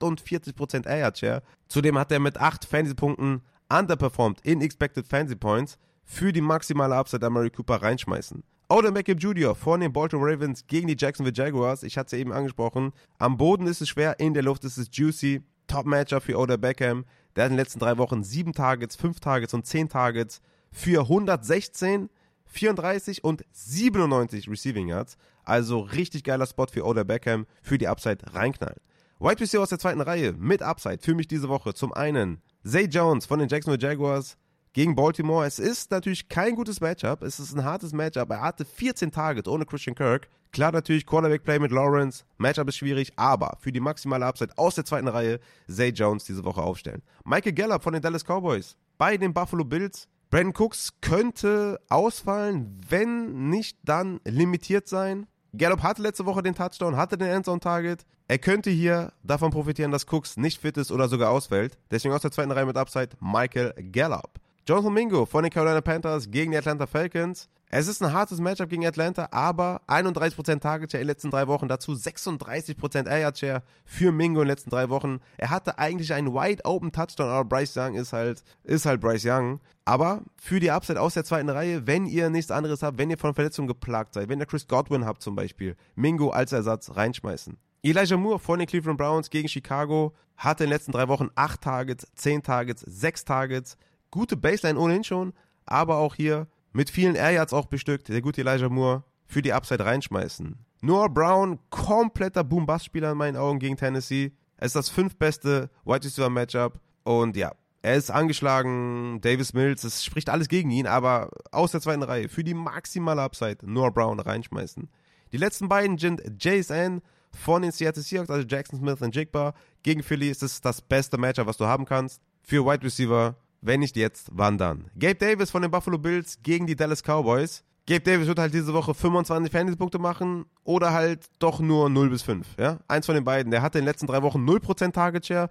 48% Air Yard Share. Zudem hat er mit 8 Fantasy-Punkten underperformed in Expected Fantasy Points. Für die maximale Upside Amari Cooper reinschmeißen. Odell Beckham Jr. von den Baltimore Ravens gegen die Jacksonville Jaguars. Ich hatte es ja eben angesprochen. Am Boden ist es schwer, in der Luft ist es juicy. Top-Matchup für Odell Beckham. Der hat in den letzten 3 Wochen 7 Targets, 5 Targets und 10 Targets für 116, 34 und 97 Receiving Yards. Also richtig geiler Spot für Odell Beckham für die Upside reinknallen. Wide Receiver aus der 2. Reihe mit Upside für mich diese Woche. Zum einen Zay Jones von den Jacksonville Jaguars gegen Baltimore. Es ist natürlich kein gutes Matchup. Es ist ein hartes Matchup. Er hatte 14 Targets ohne Christian Kirk. Klar natürlich Quarterback-Play mit Lawrence. Matchup ist schwierig, aber für die maximale Upside aus der 2. Reihe Zay Jones diese Woche aufstellen. Michael Gallup von den Dallas Cowboys bei den Buffalo Bills. Brandon Cooks könnte ausfallen, wenn nicht dann limitiert sein. Gallup hatte letzte Woche den Touchdown, hatte den Endzone-Target. Er könnte hier davon profitieren, dass Cooks nicht fit ist oder sogar ausfällt. Deswegen aus der 2. Reihe mit Upside Michael Gallup. Jonathan Mingo von den Carolina Panthers gegen die Atlanta Falcons. Es ist ein hartes Matchup gegen Atlanta, aber 31% Target Share in den letzten 3 Wochen, dazu 36% Air Yard Share für Mingo in den letzten 3 Wochen. Er hatte eigentlich einen Wide Open Touchdown, aber Bryce Young ist halt Bryce Young. Aber für die Upside aus der zweiten Reihe, wenn ihr nichts anderes habt, wenn ihr von Verletzungen geplagt seid, wenn ihr Chris Godwin habt zum Beispiel, Mingo als Ersatz reinschmeißen. Elijah Moore von den Cleveland Browns gegen Chicago hatte in den letzten 3 Wochen 8 Targets, 10 Targets, 6 Targets. Gute Baseline ohnehin schon, aber auch hier mit vielen Air Yards auch bestückt, der gute Elijah Moore für die Upside reinschmeißen. Noah Brown, kompletter Boom-Bust-Spieler in meinen Augen gegen Tennessee. Es ist das 5. beste Wide Receiver Matchup und ja, er ist angeschlagen, Davis Mills, es spricht alles gegen ihn, aber aus der zweiten Reihe für die maximale Upside Noah Brown reinschmeißen. Die letzten beiden sind JSN von den Seattle Seahawks, also Jackson Smith und Jigba. Gegen Philly ist es das beste Matchup, was du haben kannst. Für Wide Receiver, wenn nicht jetzt, wann dann? Gabe Davis von den Buffalo Bills gegen die Dallas Cowboys. Gabe Davis wird halt diese Woche 25 Fantasy-Punkte machen oder halt doch nur 0 bis 5. Ja? Eins von den beiden. Der hatte in den letzten 3 Wochen 0% Target Share,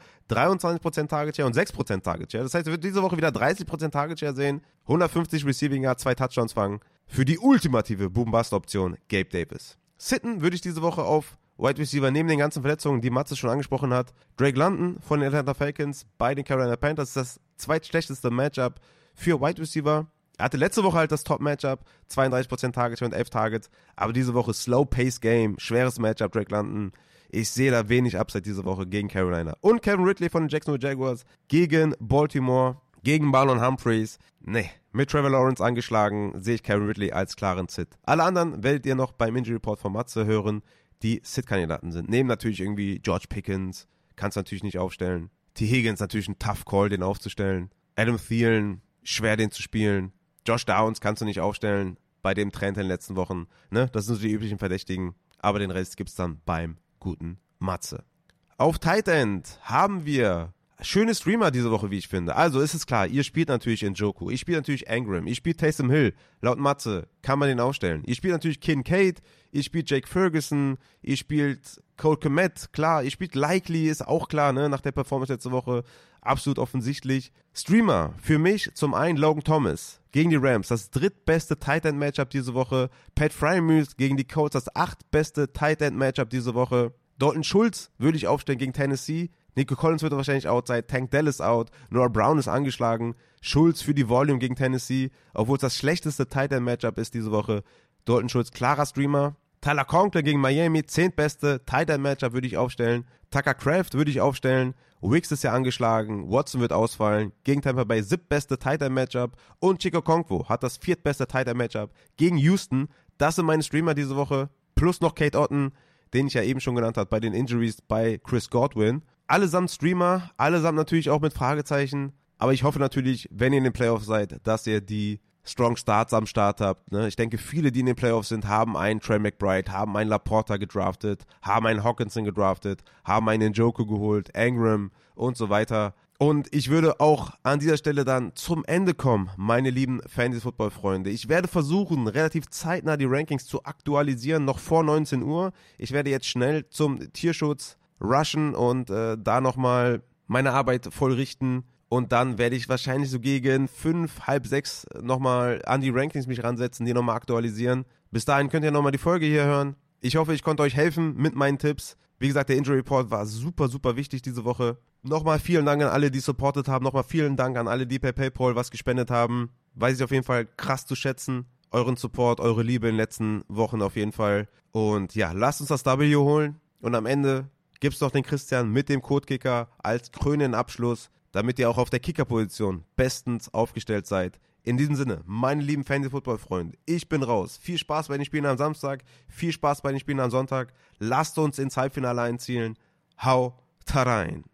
23% Target Share und 6% Target Share. Das heißt, er wird diese Woche wieder 30% Target Share sehen, 150 Receiving Yards, 2 Touchdowns fangen. Für die ultimative Boom-Bust-Option Gabe Davis. Sitten würde ich diese Woche auf Wide Receiver neben den ganzen Verletzungen, die Matze schon angesprochen hat. Drake London von den Atlanta Falcons bei den Carolina Panthers. Das ist das zweitschlechteste Matchup für Wide Receiver. Er hatte letzte Woche halt das Top-Matchup, 32% Target und 11 Targets. Aber diese Woche Slow-Pace-Game, schweres Matchup, Drake London. Ich sehe da wenig Upside diese Woche gegen Carolina. Und Kevin Ridley von den Jacksonville Jaguars gegen Baltimore, gegen Marlon Humphreys. Nee, mit Trevor Lawrence angeschlagen, sehe ich Kevin Ridley als klaren Sit. Alle anderen werdet ihr noch beim Injury Report von Matze hören, die Sit-Kandidaten sind. Neben natürlich irgendwie George Pickens, kannst du natürlich nicht aufstellen. T. Higgins natürlich ein Tough Call, den aufzustellen. Adam Thielen, schwer den zu spielen. Josh Downs kannst du nicht aufstellen bei dem Trend in den letzten Wochen. Ne? Das sind so die üblichen Verdächtigen. Aber den Rest gibt's dann beim guten Matze. Auf Tight End haben wir schöne Streamer diese Woche, wie ich finde. Also ist es klar, ihr spielt natürlich Njoku, ich spiele natürlich Engram, ich spiele Taysom Hill. Laut Matze kann man den aufstellen. Ihr spielt natürlich Kincaid, ihr spielt Jake Ferguson, ihr spielt Cole Kmet, klar, ihr spielt Likely, ist auch klar, ne, nach der Performance letzte Woche, absolut offensichtlich. Streamer, für mich zum einen Logan Thomas gegen die Rams, das drittbeste Tight End Matchup diese Woche. Pat Freiermuth gegen die Colts, das 8. beste Tight End Matchup diese Woche. Dalton Schultz würde ich aufstellen gegen Tennessee. Nico Collins wird wahrscheinlich out sein, Tank Dell ist out, Noah Brown ist angeschlagen, Schultz für die Volume gegen Tennessee, obwohl es das schlechteste Tight End Matchup ist diese Woche. Dalton Schultz, klarer Streamer. Tyler Conklin gegen Miami, 10. beste Tight End Matchup würde ich aufstellen. Tucker Kraft würde ich aufstellen. Wicks ist ja angeschlagen, Watson wird ausfallen, gegen Tampa Bay 7. beste Tight End Matchup und Chico Okonkwo hat das 4. beste Tight End Matchup gegen Houston. Das sind meine Streamer diese Woche, plus noch Kate Otten, den ich ja eben schon genannt habe, bei den Injuries bei Chris Godwin. Allesamt Streamer, allesamt natürlich auch mit Fragezeichen, aber ich hoffe natürlich, wenn ihr in den Playoffs seid, dass ihr die Strong Starts am Start habt. Ne? Ich denke, viele, die in den Playoffs sind, haben einen Trey McBride, haben einen Laporta gedraftet, haben einen Hawkinson gedraftet, haben einen Njoku geholt, Engram und so weiter. Und ich würde auch an dieser Stelle dann zum Ende kommen, meine lieben Fantasy-Football-Freunde. Ich werde versuchen, relativ zeitnah die Rankings zu aktualisieren, noch vor 19 Uhr. Ich werde jetzt schnell zum Tierschutz rushen und da nochmal meine Arbeit vollrichten. Und dann werde ich wahrscheinlich so gegen 5, halb 6 nochmal an die Rankings mich ransetzen, die nochmal aktualisieren. Bis dahin könnt ihr nochmal die Folge hier hören. Ich hoffe, ich konnte euch helfen mit meinen Tipps. Wie gesagt, der Injury Report war super, super wichtig diese Woche. Nochmal vielen Dank an alle, die supportet haben. Nochmal vielen Dank an alle, die per PayPal was gespendet haben. Weiß ich auf jeden Fall krass zu schätzen. Euren Support, eure Liebe in den letzten Wochen auf jeden Fall. Und ja, lasst uns das W holen. Und am Ende gibt's noch den Christian mit dem Codekicker als krönenden Abschluss, damit ihr auch auf der Kicker-Position bestens aufgestellt seid. In diesem Sinne, meine lieben Fantasy-Football-Freunde, ich bin raus. Viel Spaß bei den Spielen am Samstag, viel Spaß bei den Spielen am Sonntag. Lasst uns ins Halbfinale einzielen. Hau rein.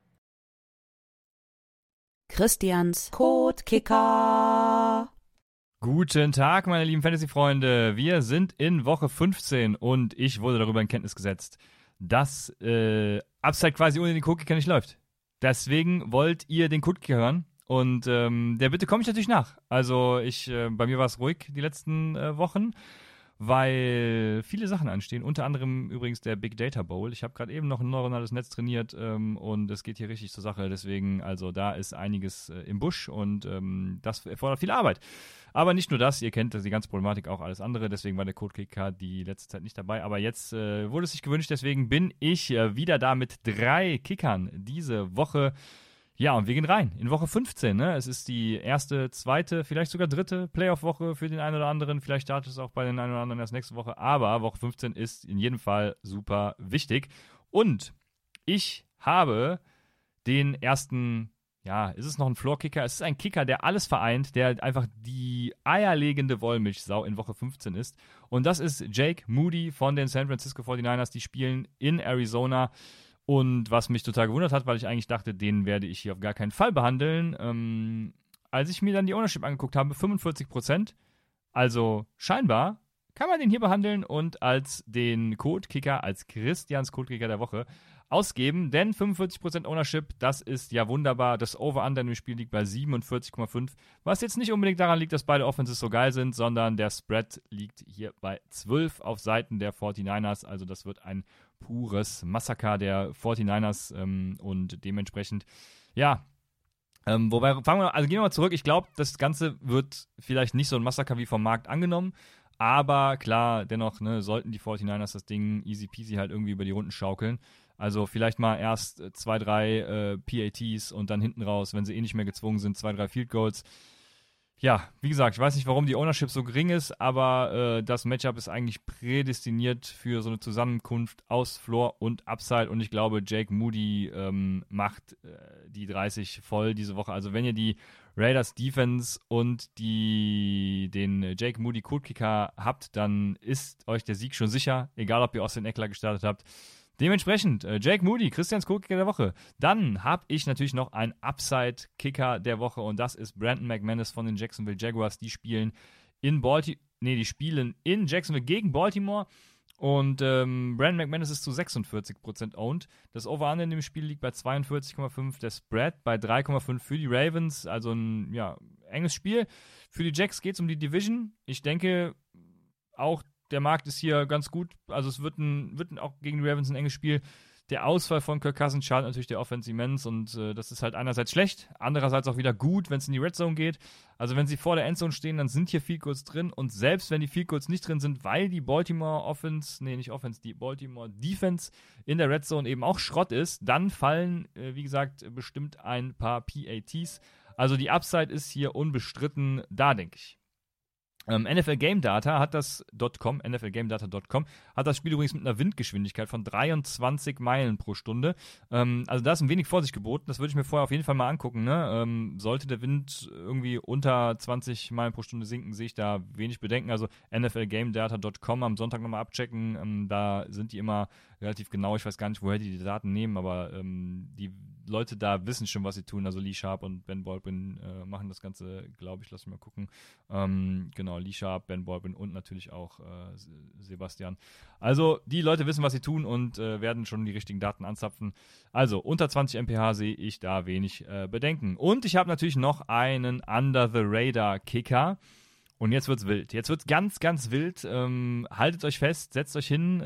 Christians Codekicker. Guten Tag, meine lieben Fantasy-Freunde. Wir sind in Woche 15 und ich wurde darüber in Kenntnis gesetzt, dass Upside quasi ohne den Codekicker nicht läuft. Deswegen wollt ihr den Codekicker hören und der Bitte komme ich natürlich nach. Also bei mir war es ruhig die letzten Wochen, weil viele Sachen anstehen, unter anderem übrigens der Big Data Bowl. Ich habe gerade eben noch ein neuronales Netz trainiert und es geht hier richtig zur Sache. Deswegen, also da ist einiges im Busch und das erfordert viel Arbeit. Aber nicht nur das, ihr kennt die ganze Problematik, auch alles andere. Deswegen war der Codekicker die letzte Zeit nicht dabei. Aber jetzt wurde es sich gewünscht, deswegen bin ich wieder da mit 3 Kickern diese Woche. Ja, und wir gehen rein in Woche 15. Ne? Es ist die erste, zweite, vielleicht sogar dritte Playoff-Woche für den einen oder anderen. Vielleicht startet es auch bei den einen oder anderen erst nächste Woche. Aber Woche 15 ist in jedem Fall super wichtig. Und ich habe den ersten, ja, ist es noch ein Floor-Kicker? Es ist ein Kicker, der alles vereint, der einfach die eierlegende Wollmilchsau in Woche 15 ist. Und das ist Jake Moody von den San Francisco 49ers. Die spielen in Arizona. Und was mich total gewundert hat, weil ich eigentlich dachte, den werde ich hier auf gar keinen Fall behandeln. Als ich mir dann die Ownership angeguckt habe, 45%. Also scheinbar kann man den hier behandeln und als den Codekicker, als Christians Codekicker der Woche ausgeben. Denn 45% Ownership, das ist ja wunderbar. Das Over-Under im Spiel liegt bei 47,5. Was jetzt nicht unbedingt daran liegt, dass beide Offenses so geil sind, sondern der Spread liegt hier bei 12 auf Seiten der 49ers. Also das wird ein pures Massaker der 49ers und dementsprechend, ja, wobei, gehen wir mal zurück. Ich glaube, das Ganze wird vielleicht nicht so ein Massaker wie vom Markt angenommen, aber klar, dennoch, ne, sollten die 49ers das Ding easy peasy halt irgendwie über die Runden schaukeln. Also vielleicht mal erst 2, 3 PATs und dann hinten raus, wenn sie eh nicht mehr gezwungen sind, 2, 3 Field Goals. Ja, wie gesagt, ich weiß nicht, warum die Ownership so gering ist, aber das Matchup ist eigentlich prädestiniert für so eine Zusammenkunft aus Floor und Upside und ich glaube, Jake Moody macht die 30 voll diese Woche. Also wenn ihr die Raiders Defense und den Jake Moody Codekicker habt, dann ist euch der Sieg schon sicher, egal ob ihr Austin Eckler gestartet habt. Dementsprechend, Jake Moody, Christians Codekicker der Woche. Dann habe ich natürlich noch einen Upside-Kicker der Woche und das ist Brandon McManus von den Jacksonville Jaguars. Die spielen in Jacksonville gegen Baltimore und Brandon McManus ist zu 46% owned. Das Over-Under in dem Spiel liegt bei 42,5, der Spread bei 3,5 für die Ravens, also ein enges Spiel. Für die Jacks geht es um die Division. Ich denke auch, der Markt ist hier ganz gut. Also es wird auch gegen die Ravens ein enges Spiel. Der Ausfall von Kirk Cousins schadet natürlich der Offense immens und das ist halt einerseits schlecht, andererseits auch wieder gut, wenn es in die Red Zone geht. Also wenn sie vor der Endzone stehen, dann sind hier Field Goals drin und selbst wenn die Field Goals nicht drin sind, weil die Baltimore Defense in der Red Zone eben auch Schrott ist, dann fallen, wie gesagt, bestimmt ein paar PATs. Also die Upside ist hier unbestritten da, denke ich. NFLGameData hat NFLGameData.com hat das Spiel übrigens mit einer Windgeschwindigkeit von 23 Meilen pro Stunde. Also da ist ein wenig Vorsicht geboten. Das würde ich mir vorher auf jeden Fall mal angucken. Ne? Sollte der Wind irgendwie unter 20 Meilen pro Stunde sinken, sehe ich da wenig Bedenken. Also NFLGameData.com am Sonntag nochmal abchecken. Da sind die immer relativ genau. Ich weiß gar nicht, woher die Daten nehmen, aber die Leute da wissen schon, was sie tun. Also Lee Sharp und Ben Baldwin machen das Ganze, glaube ich. Lass mich mal gucken. Genau, Lee Sharp, Ben Baldwin und natürlich auch Sebastian. Also die Leute wissen, was sie tun und werden schon die richtigen Daten anzapfen. Also unter 20 mph sehe ich da wenig Bedenken. Und ich habe natürlich noch einen Under-the-Radar-Kicker. Und jetzt wird's wild. Jetzt wird's ganz, ganz wild. Haltet euch fest, setzt euch hin.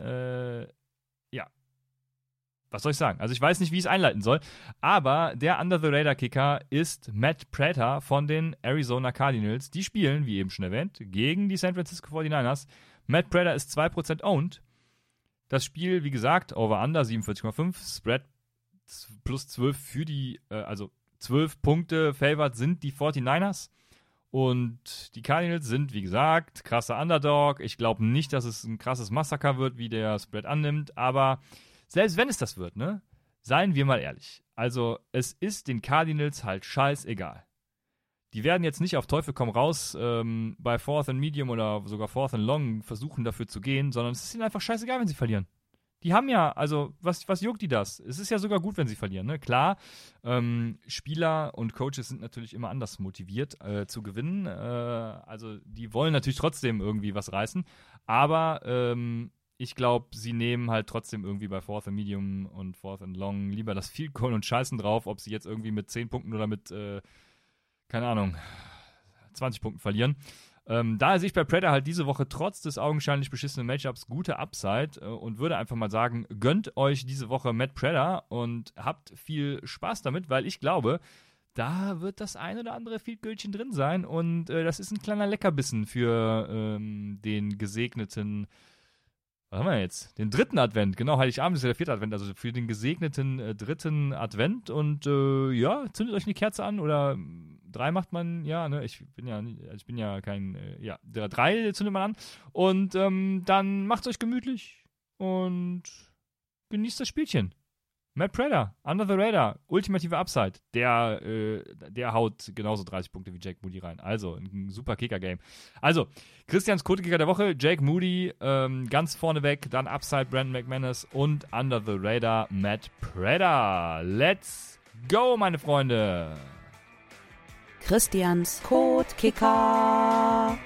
Was soll ich sagen? Also ich weiß nicht, wie ich es einleiten soll, aber der Under-the-Radar-Kicker ist Matt Prater von den Arizona Cardinals. Die spielen, wie eben schon erwähnt, gegen die San Francisco 49ers. Matt Prater ist 2% owned. Das Spiel, wie gesagt, Over-Under 47,5, Spread plus 12 für die, also 12 Punkte favored sind die 49ers. Und die Cardinals sind, wie gesagt, krasser Underdog. Ich glaube nicht, dass es ein krasses Massaker wird, wie der Spread annimmt, aber selbst wenn es das wird, ne, seien wir mal ehrlich. Also, es ist den Cardinals halt scheißegal. Die werden jetzt nicht auf Teufel komm raus bei 4th and Medium oder sogar 4th and Long versuchen dafür zu gehen, sondern es ist ihnen einfach scheißegal, wenn sie verlieren. Die haben ja, also, was juckt die das? Es ist ja sogar gut, wenn sie verlieren, ne? Klar, Spieler und Coaches sind natürlich immer anders motiviert zu gewinnen. Also, die wollen natürlich trotzdem irgendwie was reißen, aber ich glaube, sie nehmen halt trotzdem irgendwie bei 4th and Medium und 4th and Long lieber das Field Goal und scheißen drauf, ob sie jetzt irgendwie mit 10 Punkten oder mit, keine Ahnung, 20 Punkten verlieren. Da sehe ich bei Predator halt diese Woche trotz des augenscheinlich beschissenen Matchups gute Upside und würde einfach mal sagen, gönnt euch diese Woche Matt Predator und habt viel Spaß damit, weil ich glaube, da wird das ein oder andere Field-Gültchen drin sein und das ist ein kleiner Leckerbissen für den gesegneten, was haben wir jetzt? Den 3. Advent, genau, Heiligabend ist ja der 4. Advent, also für den gesegneten 3. Advent und ja, zündet euch eine Kerze an oder 3 macht man, ja, ne, ich bin ja kein, 3 zündet man an und dann macht's euch gemütlich und genießt das Spielchen. Matt Predator, Under the Radar, ultimative Upside. Der haut genauso 30 Punkte wie Jake Moody rein. Also, ein super Kicker-Game. Also, Christians Quote-Kicker der Woche, Jake Moody, ganz vorneweg, dann Upside Brandon McManus und Under the Radar Matt Predator. Let's go, meine Freunde! Christians Quote-Kicker.